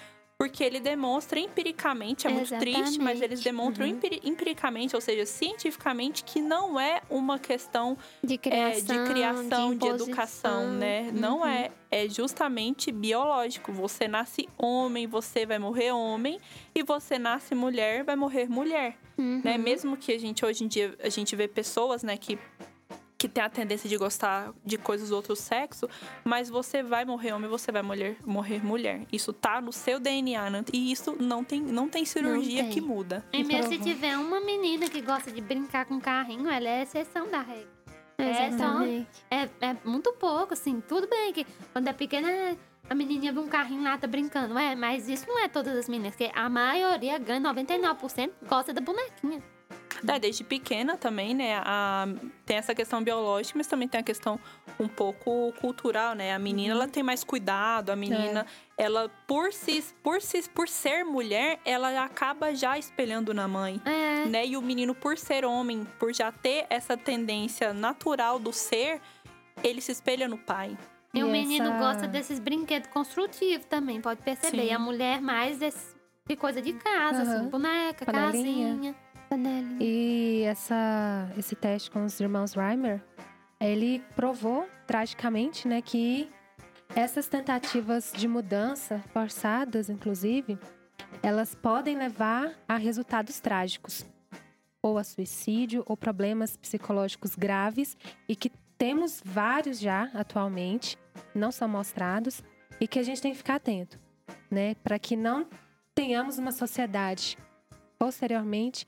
porque ele demonstra empiricamente, é muito triste, mas eles demonstram Uhum. empiri- empiricamente, ou seja, cientificamente, que não é uma questão De é, criação, de criação, de, imposição. educação, né? Não Uhum. é, é justamente biológico. Você nasce homem, você vai morrer homem, e você nasce mulher, vai morrer mulher, Uhum. né? Mesmo que a gente hoje em dia a gente vê pessoas, né, que que tem a tendência de gostar de coisas do outro sexo, mas você vai morrer homem, você vai mulher, morrer mulher. Isso tá no seu D N A, né? E isso não tem, não tem cirurgia tem. que muda. E mesmo se Provou. tiver uma menina que gosta de brincar com carrinho, ela é exceção da regra. É, só, Exatamente. é, é muito pouco, assim. Tudo bem que quando é pequena, é, a menininha vê um carrinho lá, tá brincando. É, mas isso não é todas as meninas, porque a maioria, ganha noventa e nove por cento, gosta da bonequinha. É, desde pequena também, né? A, tem essa questão biológica, mas também tem a questão um pouco cultural, né? A menina, ela tem mais cuidado, a menina, ela, por si, por si, por ser mulher, ela acaba já espelhando na mãe. É. Né? E o menino, por ser homem, por já ter essa tendência natural do ser, ele se espelha no pai. E o E menino essa- gosta desses brinquedos construtivos também, pode perceber. Sim. E a mulher mais desse, de coisa de casa, Aham. assim, boneca, Panelinha. casinha. Panelinha. E essa, esse teste com os irmãos Reimer, ele provou tragicamente, né, que essas tentativas de mudança, forçadas inclusive, elas podem levar a resultados trágicos, ou a suicídio, ou problemas psicológicos graves, e que temos vários já atualmente, não são mostrados, e que a gente tem que ficar atento, né, para que não tenhamos uma sociedade posteriormente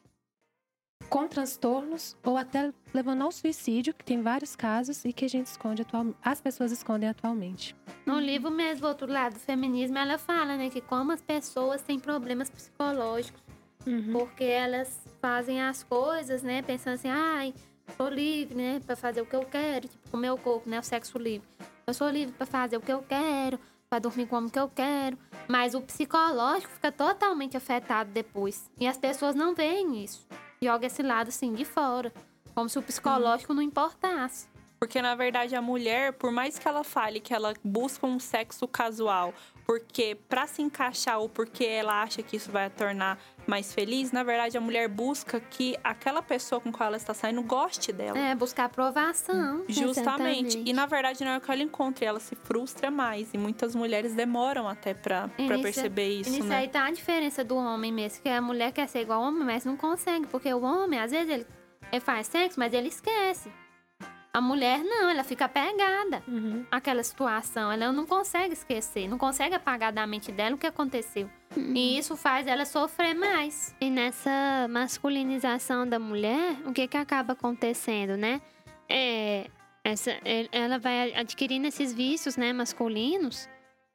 com transtornos ou até levando ao suicídio, que tem vários casos e que a gente esconde atualmente, as pessoas escondem atualmente. No livro mesmo, Outro Lado do Feminismo, ela fala, né, que como as pessoas têm problemas psicológicos, porque elas fazem as coisas, né, pensando assim, ai, sou livre, né, pra fazer o que eu quero, tipo, com o meu corpo, né, o sexo livre. Eu sou livre pra fazer o que eu quero, pra dormir como que eu quero, mas o psicológico fica totalmente afetado depois. E as pessoas não veem isso. Joga esse lado, assim, de fora, como se o psicológico não importasse. Porque, na verdade, a mulher, por mais que ela fale que ela busca um sexo casual, porque pra se encaixar ou porque ela acha que isso vai a tornar mais feliz, na verdade, a mulher busca que aquela pessoa com qual ela está saindo goste dela. É, buscar aprovação. Justamente. Exatamente. E, na verdade, não é o que ela encontra. E ela se frustra mais. E muitas mulheres demoram até pra, E pra nisso- perceber E isso, nisso né? aí tá a diferença do homem mesmo, que a mulher quer ser igual ao homem, mas não consegue, porque o homem, às vezes, ele, ele faz sexo, mas ele esquece. A mulher não, ela fica apegada àquela situação, ela não consegue esquecer, não consegue apagar da mente dela o que aconteceu. E isso faz ela sofrer mais. E nessa masculinização da mulher, o que que acaba acontecendo, né? É, essa, é- ela vai adquirindo esses vícios, né, masculinos,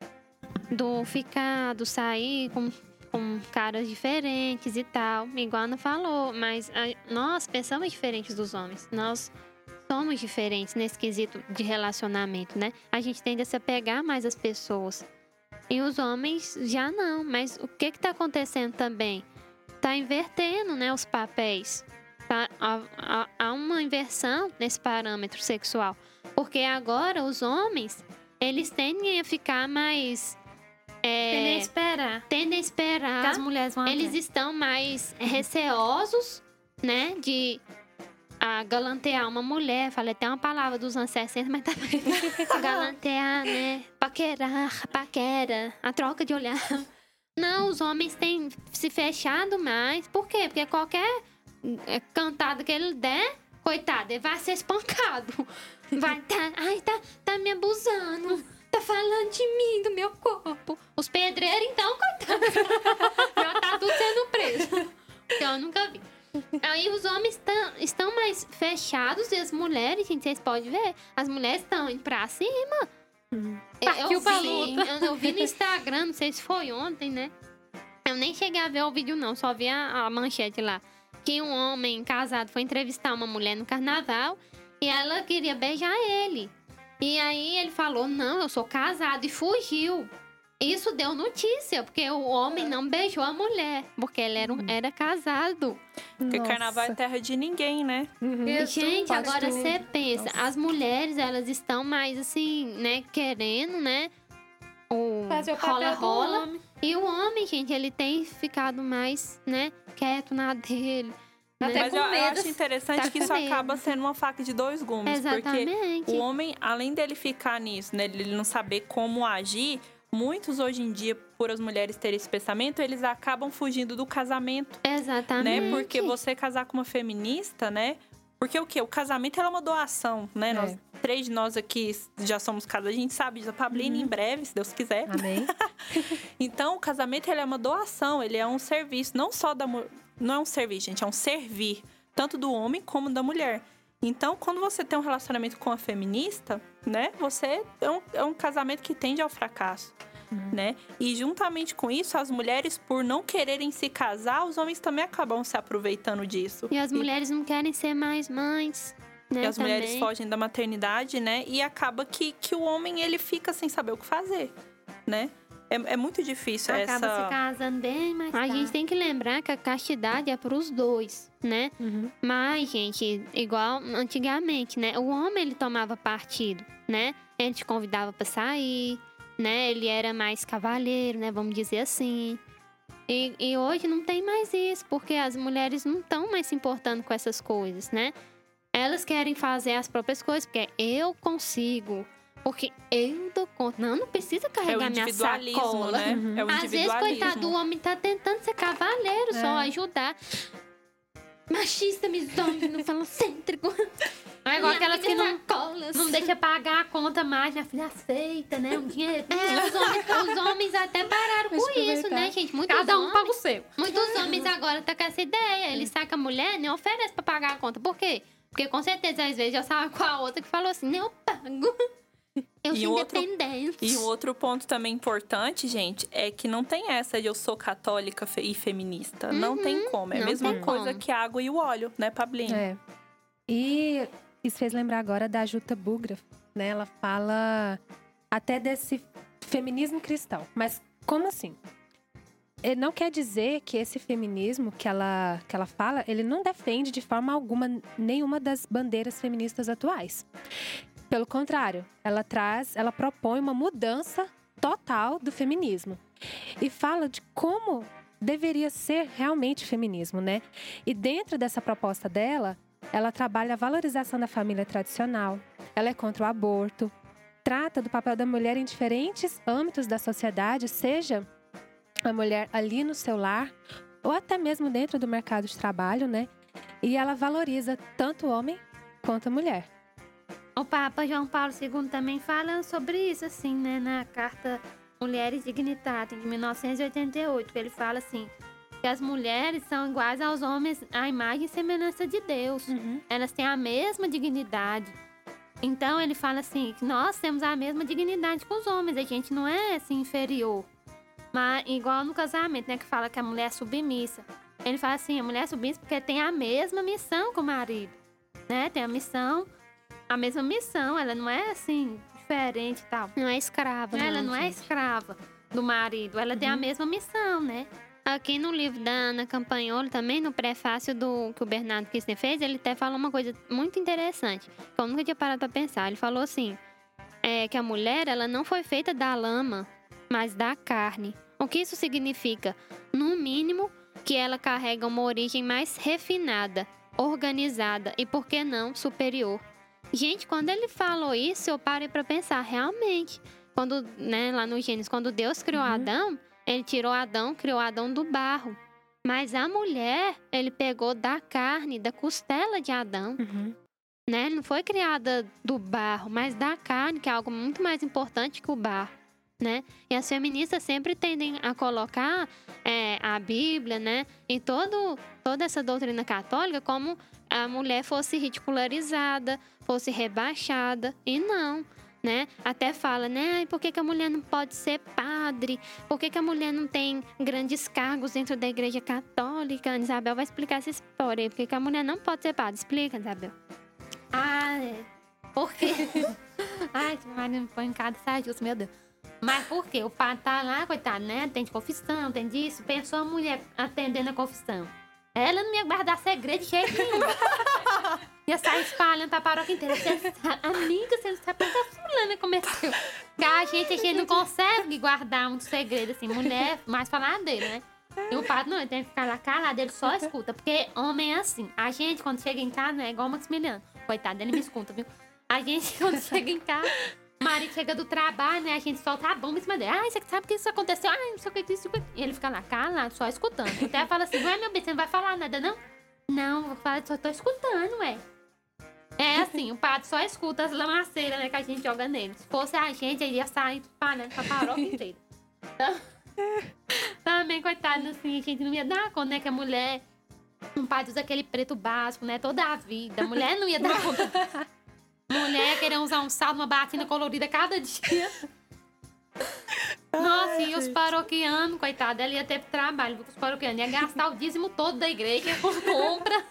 do ficar, do sair com, com caras diferentes e tal, igual a Ana falou, mas a- nós pensamos diferentes dos homens, nós somos diferentes nesse quesito de relacionamento, né? A gente tende a se apegar mais às pessoas. E os homens já não. Mas o que que tá acontecendo também? Tá invertendo, né, os papéis. Tá, há, há- há uma inversão nesse parâmetro sexual. Porque agora os homens, eles tendem a ficar mais... é, Tem nem esperar. tendem a Que esperar. as mulheres vão Eles atrás. estão mais receosos, né, de a galantear uma mulher. Falei até uma palavra dos anos sessenta, mas tá bem. Galantear, né? Paquerar, paquera, a troca de olhar. Não, os homens têm se fechado mais. Por quê? Porque qualquer é, cantada que ele der, coitado, ele vai ser espancado. Vai tá, ai, tá, tá me abusando. Tá falando de mim, do meu corpo. Os pedreiros, então, coitado. Já tá tudo sendo preso. Que eu nunca vi. Aí os homens tão, estão mais fechados e as mulheres, gente, vocês podem ver, as mulheres estão indo pra cima. Eu, Partiu eu, pra vi, luta. eu, eu vi no Instagram, não sei se foi ontem, né? Eu nem cheguei a ver o vídeo, não, só vi a, a manchete lá. Que um homem casado foi entrevistar uma mulher no carnaval e ela queria beijar ele. E aí ele falou, não, eu sou casado, e fugiu. Isso deu notícia, porque o homem não beijou a mulher, porque ele era, um- era casado. Porque Nossa. carnaval é terra de ninguém, né? Uhum. Gente, Pode agora tudo. você pensa, Nossa. as mulheres, elas estão mais assim, né, querendo, né, o Fazer o papel do rola-rola. homem. E o homem, gente, ele tem ficado mais, né, quieto na dele. Até Mas com eu, eu medo. acho interessante Tá que com isso medo. acaba sendo uma faca de dois gumes. Exatamente. Porque o homem, além dele ficar nisso, né, ele não saber como agir, muitos hoje em dia, por as mulheres terem esse pensamento, eles acabam fugindo do casamento, Exatamente. né? Porque você casar com uma feminista, né? Porque o quê? O casamento é uma doação, né? É. Nós, três de nós aqui já somos casados, a gente sabe, já Pablina Uhum. em breve, se Deus quiser. Amém? Então, o casamento ele é uma doação, ele é um serviço, não só da mulher. Não é um serviço, gente, é um servir, tanto do homem como da mulher. Então, quando você tem um relacionamento com a feminista, né, você é um, é um casamento que tende ao fracasso, né? E juntamente com isso, as mulheres, por não quererem se casar, os homens também acabam se aproveitando disso. E as mulheres não querem ser mais mães, né? E as mulheres também. fogem da maternidade, né? E acaba que, que o homem, ele fica sem saber o que fazer, né? É, é muito difícil Acaba essa... se casando bem mais A tarde. gente tem que lembrar que a castidade é para os dois, né? Uhum. Mas, gente, igual antigamente, né? O homem, ele tomava partido, né? Ele te convidava para sair, né? Ele era mais cavalheiro, né? Vamos dizer assim. E, e hoje não tem mais isso, porque as mulheres não estão mais se importando com essas coisas, né? Elas querem fazer as próprias coisas, porque eu consigo, porque eu dou conta. Não, não precisa É o carregar minha individualismo, sacola. né? Uhum. É o Às vezes, individualismo. coitado do homem tá tentando ser cavaleiro, só É. ajudar. Machista, misógino, falocêntrico. É igual aquelas que não, Sacolas. não deixa pagar a conta mais, minha filha aceita, né? Um dinheiro. É, os homens, os homens até pararam com Deixa eu isso, aproveitar. né, gente? Muitos Cada um homens, paga o seu. muitos homens agora tá com essa ideia. Ele saca a mulher, nem oferece pra pagar a conta. Por quê? Porque com certeza, às vezes, já sabe com a outra que falou assim, nem eu pago. Eu E sou outro- independente. E um outro ponto também importante, gente, é que não tem essa de eu sou católica fe- e feminista. não tem como. É a não mesma tem coisa como. que a água e o óleo, né, Pablinho? É. E isso fez lembrar agora da Jutta Bugraf, né? Ela fala até desse feminismo cristão. Mas como assim? Ele não quer dizer que esse feminismo que ela, que ela fala, ele não defende de forma alguma nenhuma das bandeiras feministas atuais. Pelo contrário, ela traz, ela propõe uma mudança total do feminismo. E fala de como deveria ser realmente o feminismo, né? E dentro dessa proposta dela, ela trabalha a valorização da família tradicional, ela é contra o aborto, trata do papel da mulher em diferentes âmbitos da sociedade, seja a mulher ali no seu lar ou até mesmo dentro do mercado de trabalho, né? E ela valoriza tanto o homem quanto a mulher. O Papa João Paulo segundo também fala sobre isso, assim, né? Na carta Mulheres Dignitatem, de mil novecentos e oitenta e oito, que ele fala assim, que as mulheres são iguais aos homens à imagem e semelhança de Deus. Elas têm a mesma dignidade. Então, ele fala assim, que nós temos a mesma dignidade que os homens, a gente não é, assim, inferior. Mas, igual no casamento, né, que fala que a mulher é submissa. Ele fala assim, a mulher é submissa porque tem a mesma missão que o marido, né? Tem a missão, a mesma missão, ela não é, assim, diferente e tal. Não é escrava, Ela não, não é gente. escrava do marido, ela tem a mesma missão, né? Aqui no livro da Ana Campagnolo, também, no prefácio do que o Bernardo Kistner fez, ele até fala uma coisa muito interessante, que eu nunca tinha parado pra pensar. Ele falou assim, é, que a mulher, ela não foi feita da lama, mas da carne. O que isso significa? No mínimo, que ela carrega uma origem mais refinada, organizada e, por que não, superior. Gente, quando ele falou isso, eu parei pra pensar, realmente, quando, né, lá no Gênesis, quando Deus criou Adão, ele tirou Adão, criou Adão do barro. Mas a mulher, ele pegou da carne, da costela de Adão, Uhum. né? Não foi criada do barro, mas da carne, que é algo muito mais importante que o barro, né? E as feministas sempre tendem a colocar é, a Bíblia, né? E todo, toda essa doutrina católica como a mulher fosse ridicularizada, fosse rebaixada. E não, né? Até fala, né? Ai, por que, que a mulher não pode ser padre? Por que, que a mulher não tem grandes cargos dentro da igreja católica? A Isabel vai explicar essa história aí. Por que, que a mulher não pode ser padre? Explica, Isabel. Ah, é. Por quê? Ai, que marido me põe em cada saia justo, meu Deus. Mas por quê? O padre tá lá, coitado, né? Tem de confissão, tem disso. Pensou a mulher atendendo a confissão. Ela não ia guardar segredo de jeito nenhum. Ia sair espalhando pra paróquia inteira. Você sabe, amiga, você não sabe o que a fulana cometeu. Que a gente, a gente não consegue guardar muito segredo, assim. Mulher, mais faladeira, né? E o padre não, ele tem que ficar lá calado, ele só escuta. Porque homem é assim. A gente, quando chega em casa, né, é igual o Maximiliano. Coitado, ele me escuta, viu? A gente, quando chega em casa, o marido chega do trabalho, né? A gente solta a bomba em cima dele. Ah, você sabe que isso aconteceu? Ah, não sei o que isso. E ele fica lá calado, só escutando. Até fala assim, ué, meu bem, você não vai falar nada, não? Não, vou falar, só tô escutando, ué. É assim, o padre só escuta as lamaceiras, né, que a gente joga nele. Se fosse a gente, ele ia sair espalhando pra paróquia inteira. Então, também, coitado, assim, a gente não ia dar conta, né, que a mulher... Um padre usa aquele preto básico, né, toda a vida. A mulher não ia dar conta. Mulher querendo usar um salto, uma batina colorida cada dia. Nossa, Ai, e os gente. paroquianos, coitado, ela ia ter trabalho, porque os paroquianos iam gastar o dízimo todo da igreja com compra.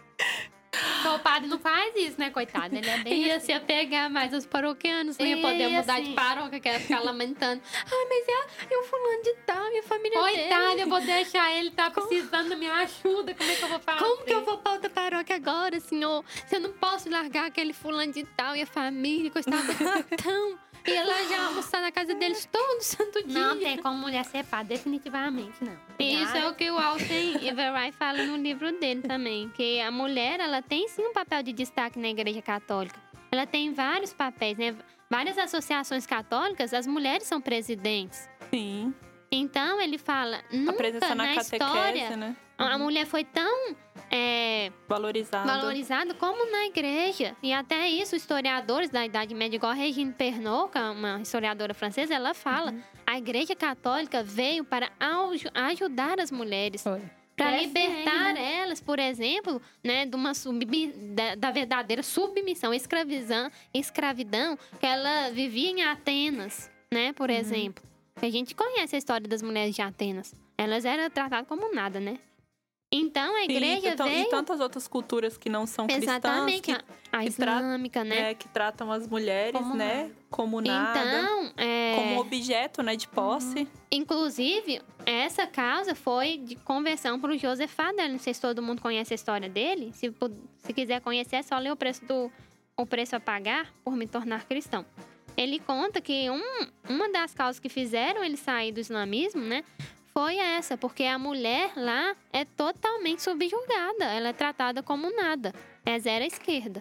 Então o padre não faz isso, né, coitado? Ele é bem Ia assim. se apegar mais aos paroquianos, não ia poder Ia, mudar sim. de paróquia, que ia ficar lamentando. Ai, mas é, é o fulano de tal, minha família Coitado, dele. eu vou deixar ele tá precisando da minha ajuda. Como é que eu vou fazer? Como que eu vou pra outra paróquia agora, senhor? Se eu não posso largar aquele fulano de tal e a família, que eu estava tão... Ia lá já almoçar na casa deles todo santo dia. Não tem como mulher ser padre, definitivamente não. Isso é o que o Alten Everai fala no livro dele também, que a mulher, ela tem sim um papel de destaque na Igreja Católica. Ela tem vários papéis, né? Várias associações católicas, as mulheres são presidentes. Sim. Então, ele fala, A nunca presença na, na catequese, história, né? a mulher foi tão é, Valorizada. valorizada como na igreja. E até isso, historiadores da Idade Média, igual a Regine Pernod, que é uma historiadora francesa, ela fala, a Igreja Católica veio para auju- ajudar as mulheres. Foi. Para É libertar sério, elas, por exemplo, né, de uma submi- da, da verdadeira submissão, escravizão, escravidão, que ela vivia em Atenas, né, por exemplo. A gente conhece a história das mulheres de Atenas. Elas eram tratadas como nada, né? Então a Sim, igreja e tan- veio E tantas outras culturas que não são exatamente cristãs, a, a que tra- islâmica, que, né? né, que tratam as mulheres, Como né, nada. como nada, Então, é, como objeto, né, de posse. inclusive, essa causa foi de conversão para o Joseph Fadel. Não sei se todo mundo conhece a história dele. Se, pu- se quiser conhecer, é só ler o preço, do, o preço a pagar por me tornar cristão. Ele conta que um, uma das causas que fizeram ele sair do islamismo, né, foi essa, porque a mulher lá é totalmente subjugada. Ela é tratada como nada. É zero à esquerda.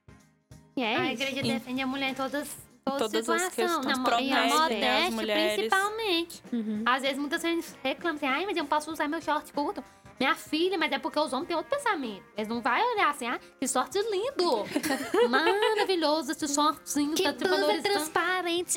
E é A isso. igreja E- defende a mulher em todas, todas, Todas as situações. questões, Na mo- e a protege, né, as modéstia, mulheres. principalmente. Uhum. Às vezes, muitas vezes reclamam assim, ai, mas eu não posso usar meu short curto. Minha filha, mas é porque os homens têm outro pensamento. Eles não vão olhar assim, ah, que short lindo. Maravilhoso esse shortzinho. Que tá te blusa valorizando. transparente.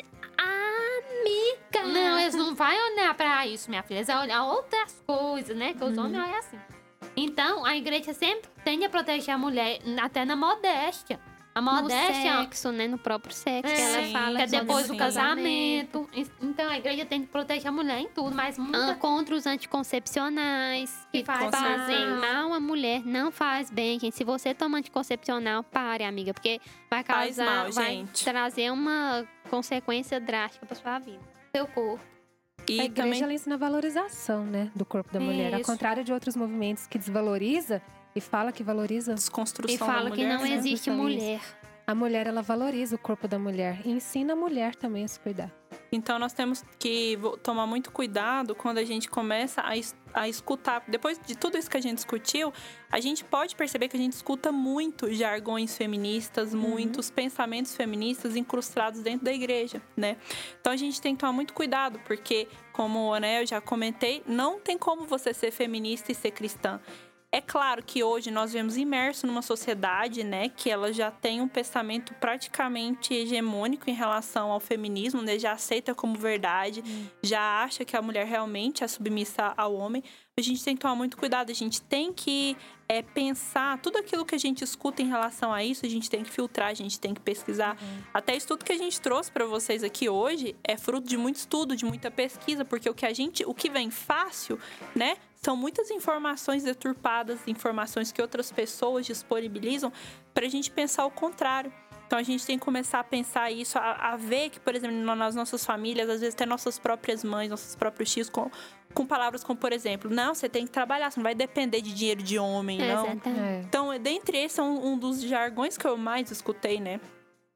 Amiga! Não, eles não vão olhar pra isso, minha filha. Eles vão olhar outras coisas, né? Que os homens olham assim. Então, a igreja sempre tende a proteger a mulher, até na modéstia. A modéstia No sexo, né? No próprio sexo. que É, ela sim, fala que é Sim, depois sim. do casamento. Então, a igreja tem que proteger a mulher em tudo, mas Ah, muita... contra os anticoncepcionais que Que faz fazem mal. mal à mulher. Não faz bem, gente. Se você toma anticoncepcional, pare, amiga. Porque vai Faz causar, mal, vai gente. trazer uma consequência drástica pra sua vida. seu corpo. E A igreja também ela ensina a valorização, né, do corpo da mulher. Ao Isso. contrário de outros movimentos que desvaloriza e fala que valoriza, desconstrução E fala da que mulher, não né? existe Justamente. mulher. a mulher ela valoriza o corpo da mulher e ensina a mulher também a se cuidar. Então nós temos que vo- tomar muito cuidado quando a gente começa a, es- a escutar. Depois de tudo isso que a gente discutiu, a gente pode perceber que a gente escuta muito jargões feministas, muitos pensamentos feministas incrustados dentro da igreja, né? Então a gente tem que tomar muito cuidado, porque, como, né, eu já comentei, não tem como você ser feminista e ser cristã. É claro que hoje nós vemos imerso numa sociedade, né, que ela já tem um pensamento praticamente hegemônico em relação ao feminismo, né, já aceita como verdade, já acha que a mulher realmente é submissa ao homem. A gente tem que tomar muito cuidado, a gente tem que é, pensar tudo aquilo que a gente escuta em relação a isso, a gente tem que filtrar, a gente tem que pesquisar. Até isso tudo que a gente trouxe para vocês aqui hoje é fruto de muito estudo, de muita pesquisa, porque o que a gente, o que vem fácil, né, são muitas informações deturpadas, informações que outras pessoas disponibilizam para a gente pensar o contrário. Então a gente tem que começar a pensar isso, a, a ver que, por exemplo, nas nossas famílias, às vezes até nossas próprias mães, nossos próprios tios, com, com palavras como, por exemplo, não, você tem que trabalhar, você não vai depender de dinheiro de homem, não. Exatamente. É. Então, dentre esses, é um, um dos jargões que eu mais escutei, né?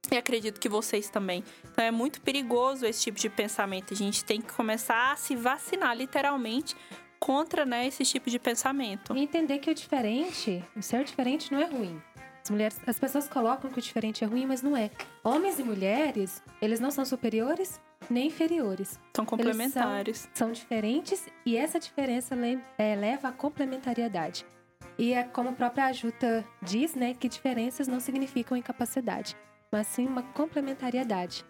E acredito que vocês também. Então é muito perigoso esse tipo de pensamento. A gente tem que começar a se vacinar, literalmente, contra, né, esse tipo de pensamento. E entender que o diferente, o ser diferente não é ruim. As mulheres, as pessoas colocam que o diferente é ruim, mas não é. Homens e mulheres, eles não são superiores nem inferiores. São complementares. São, são diferentes e essa diferença le, é, leva à complementariedade. E é como a própria Ajuta diz, né, que diferenças não significam incapacidade, mas sim uma complementariedade.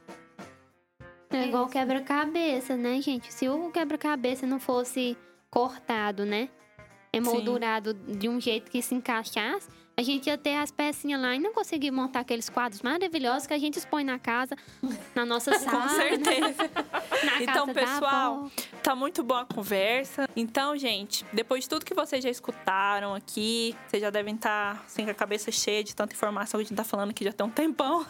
É igual quebra-cabeça, né, gente? Se o quebra-cabeça não fosse cortado, né? Emoldurado de um jeito que se encaixasse, a gente ia ter as pecinhas lá e não conseguir montar aqueles quadros maravilhosos que a gente expõe na casa, na nossa sala. Com certeza. Né? Na Então, casa da pessoal, avó. tá muito boa a conversa. Então, gente, depois de tudo que vocês já escutaram aqui, vocês já devem estar assim, com a cabeça cheia de tanta informação que a gente tá falando aqui já tem um tempão.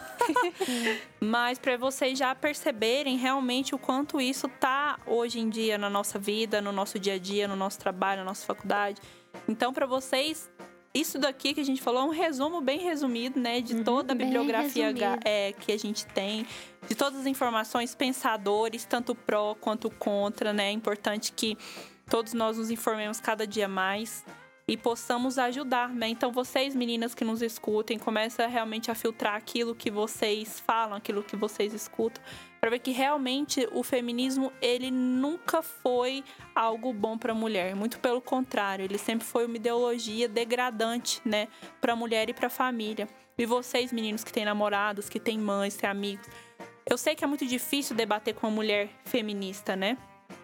Mas para vocês já perceberem realmente o quanto isso tá hoje em dia na nossa vida, no nosso dia a dia, no nosso trabalho, na nossa faculdade. Então, para vocês, isso daqui que a gente falou é um resumo bem resumido, né? De toda a bem bibliografia resumido. é, que a gente tem, de todas as informações, pensadores, tanto pró quanto contra, né? É importante que todos nós nos informemos cada dia mais e possamos ajudar, né? Então, vocês, meninas que nos escutem, comecem realmente a filtrar aquilo que vocês falam, aquilo que vocês escutam, para ver que realmente o feminismo, ele nunca foi algo bom para a mulher. Muito pelo contrário, ele sempre foi uma ideologia degradante, né? Para a mulher e para a família. E vocês, meninos que têm namorados, que têm mães, têm amigos, eu sei que é muito difícil debater com uma mulher feminista, né?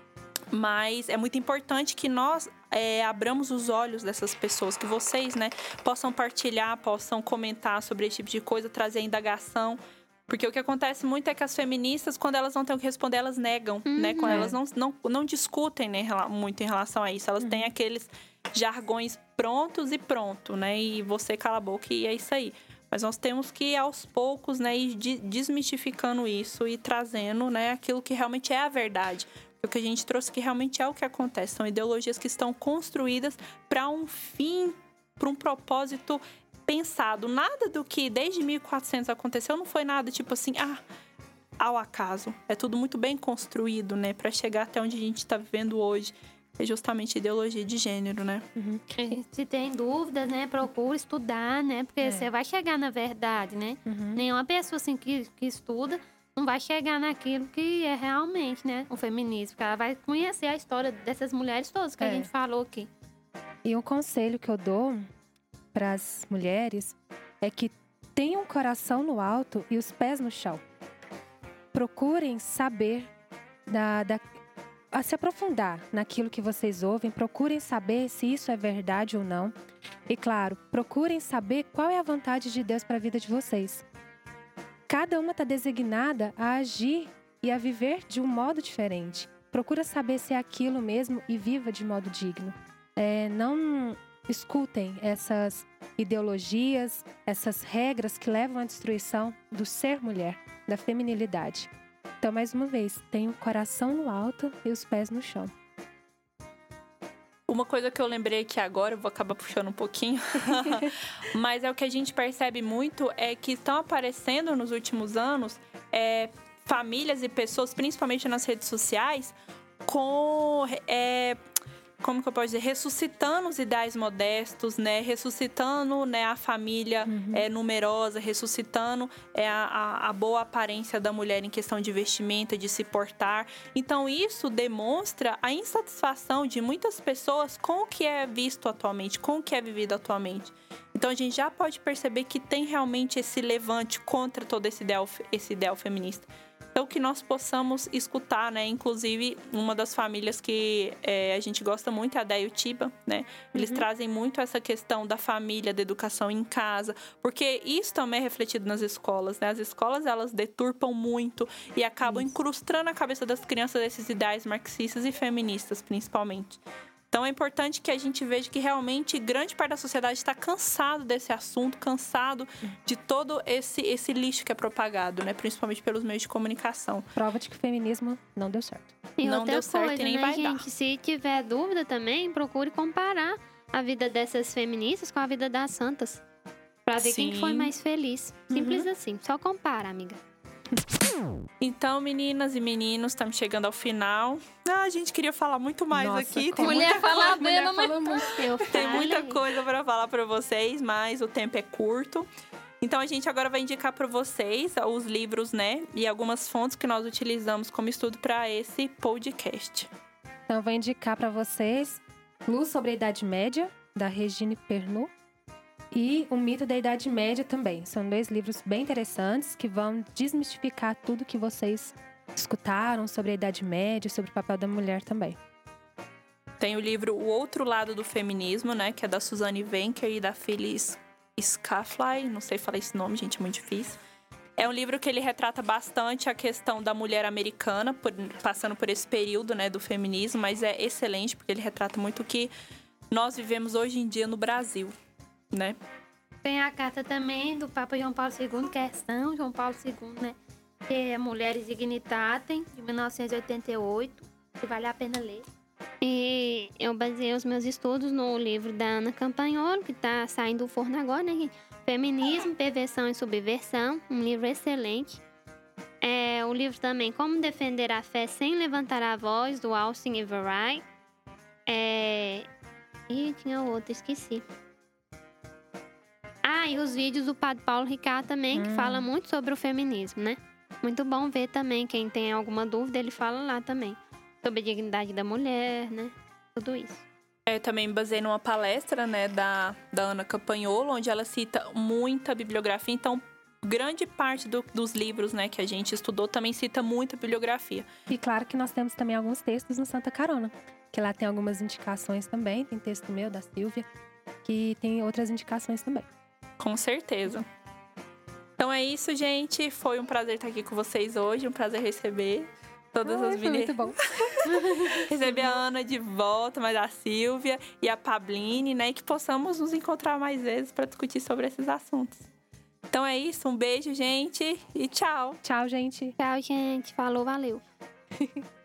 Mas é muito importante que nós é, abramos os olhos dessas pessoas, que vocês, né, possam partilhar, possam comentar sobre esse tipo de coisa, trazer indagação. Porque o que acontece muito é que as feministas, quando elas não têm o que responder, elas negam, uhum. né? Quando É. elas não, não, não discutem, né, muito em relação a isso. Elas uhum. têm aqueles jargões prontos e pronto, né? E você cala a boca e é isso aí. Mas nós temos que ir aos poucos, né, ir de- desmistificando isso e trazendo, né, aquilo que realmente é a verdade. O que a gente trouxe que realmente é o que acontece. São ideologias que estão construídas para um fim, para um propósito pensado. Nada do que desde mil e quatrocentos aconteceu não foi nada tipo assim, ah, ao acaso. É tudo muito bem construído, né? Para chegar até onde a gente está vivendo hoje. É justamente ideologia de gênero, né? Uhum. Se tem dúvidas, né, procura estudar, né? Porque É. você vai chegar na verdade, né? Uhum. Nenhuma pessoa assim que, que estuda não vai chegar naquilo que é realmente, né, o feminismo. Porque ela vai conhecer a história dessas mulheres todas que É. a gente falou aqui. E um conselho que eu dou para as mulheres é que tenham o coração no alto e os pés no chão. Procurem saber, da, da, a se aprofundar naquilo que vocês ouvem. Procurem saber se isso é verdade ou não. E claro, procurem saber qual é a vontade de Deus para a vida de vocês. Cada uma está designada a agir e a viver de um modo diferente. Procura saber se é aquilo mesmo e viva de modo digno. É, não escutem essas ideologias, essas regras que levam à destruição do ser mulher, da feminilidade. Então, mais uma vez, tenha o coração no alto e os pés no chão. Uma coisa que eu lembrei aqui agora, eu vou acabar puxando um pouquinho, mas é o que a gente percebe muito, é que estão aparecendo nos últimos anos é, famílias e pessoas, principalmente nas redes sociais, com... É, como que eu posso dizer? Ressuscitando os ideais modestos, né? Ressuscitando, né, a família Uhum. é, numerosa, ressuscitando é, a, a, a boa aparência da mulher em questão de vestimenta, de se portar. Então, isso demonstra a insatisfação de muitas pessoas com o que é visto atualmente, com o que é vivido atualmente. Então, a gente já pode perceber que tem realmente esse levante contra todo esse ideal, esse ideal feminista. Então, que nós possamos escutar, né? Inclusive, uma das famílias que é, a gente gosta muito é a da Utiba, né? Eles Uhum. trazem muito essa questão da família, da educação em casa, porque isso também é refletido nas escolas, né? As escolas, elas deturpam muito e acabam Isso. incrustando na cabeça das crianças esses ideais marxistas e feministas, principalmente. Então, é importante que a gente veja que realmente grande parte da sociedade está cansado desse assunto, cansado de todo esse, esse lixo que é propagado, né? Principalmente pelos meios de comunicação. Prova de que o feminismo não deu certo. E Não outra deu certo coisa, e nem né, vai gente? dar. Se tiver dúvida também, procure comparar a vida dessas feministas com a vida das santas. Pra ver quem que foi Sim. mais feliz. Simples assim. Só compara, amiga. Então, meninas e meninos, estamos chegando ao final. Ah, a gente queria falar muito mais Nossa, aqui. Tem, como- Mulher muita, fala Mulher bem, mas... fala muito. Eu tem muita falei. coisa para falar para vocês, mas o tempo é curto. Então, a gente agora vai indicar para vocês os livros, né? E algumas fontes que nós utilizamos como estudo para esse podcast. Então, eu vou indicar para vocês Luz sobre a Idade Média, da Regine Pernod, e O Mito da Idade Média também. São dois livros bem interessantes que vão desmistificar tudo que vocês escutaram sobre a Idade Média, sobre o papel da mulher também. Tem o livro O Outro Lado do Feminismo, né? Que é da Suzanne Venker e da Phyllis Schlafly. Não sei falar esse nome, gente, é muito difícil. É um livro que ele retrata bastante a questão da mulher americana, por- passando por esse período, né, do feminismo, mas é excelente porque ele retrata muito o que nós vivemos hoje em dia no Brasil, né? Tem a carta também do Papa João Paulo segundo, que é São João Paulo segundo, né? Que é Mulheres Dignitatem, de mil novecentos e oitenta e oito, que vale a pena ler. E eu baseei os meus estudos no livro da Ana Campagnolo, que tá saindo do forno agora, né, gente? Feminismo, Perversão e Subversão, um livro excelente. É, o livro também Como Defender a Fé Sem Levantar a Voz, do Austin Everett. É... Ih, tinha outro, esqueci. Ah, e os vídeos do Padre Paulo Ricardo também, que Hum. fala muito sobre o feminismo, né? Muito bom ver também, quem tem alguma dúvida, ele fala lá também. Sobre a dignidade da mulher, né? Tudo isso. Eu também me baseei numa palestra, né, da, da Ana Campagnolo, onde ela cita muita bibliografia. Então, grande parte do- dos livros, né, que a gente estudou também cita muita bibliografia. E claro que nós temos também alguns textos no Santa Carona, que lá tem algumas indicações também. Tem texto meu, da Silvia, que tem outras indicações também. Com certeza. Então é isso, gente. Foi um prazer estar aqui com vocês hoje. Um prazer receber todas Ai, as foi meninas. muito bom. Receber a Ana de volta, mas a Silvia e a Pabline, né? E que possamos nos encontrar mais vezes para discutir sobre esses assuntos. Então é isso. Um beijo, gente. E tchau. Tchau, gente. Tchau, gente. Falou, valeu.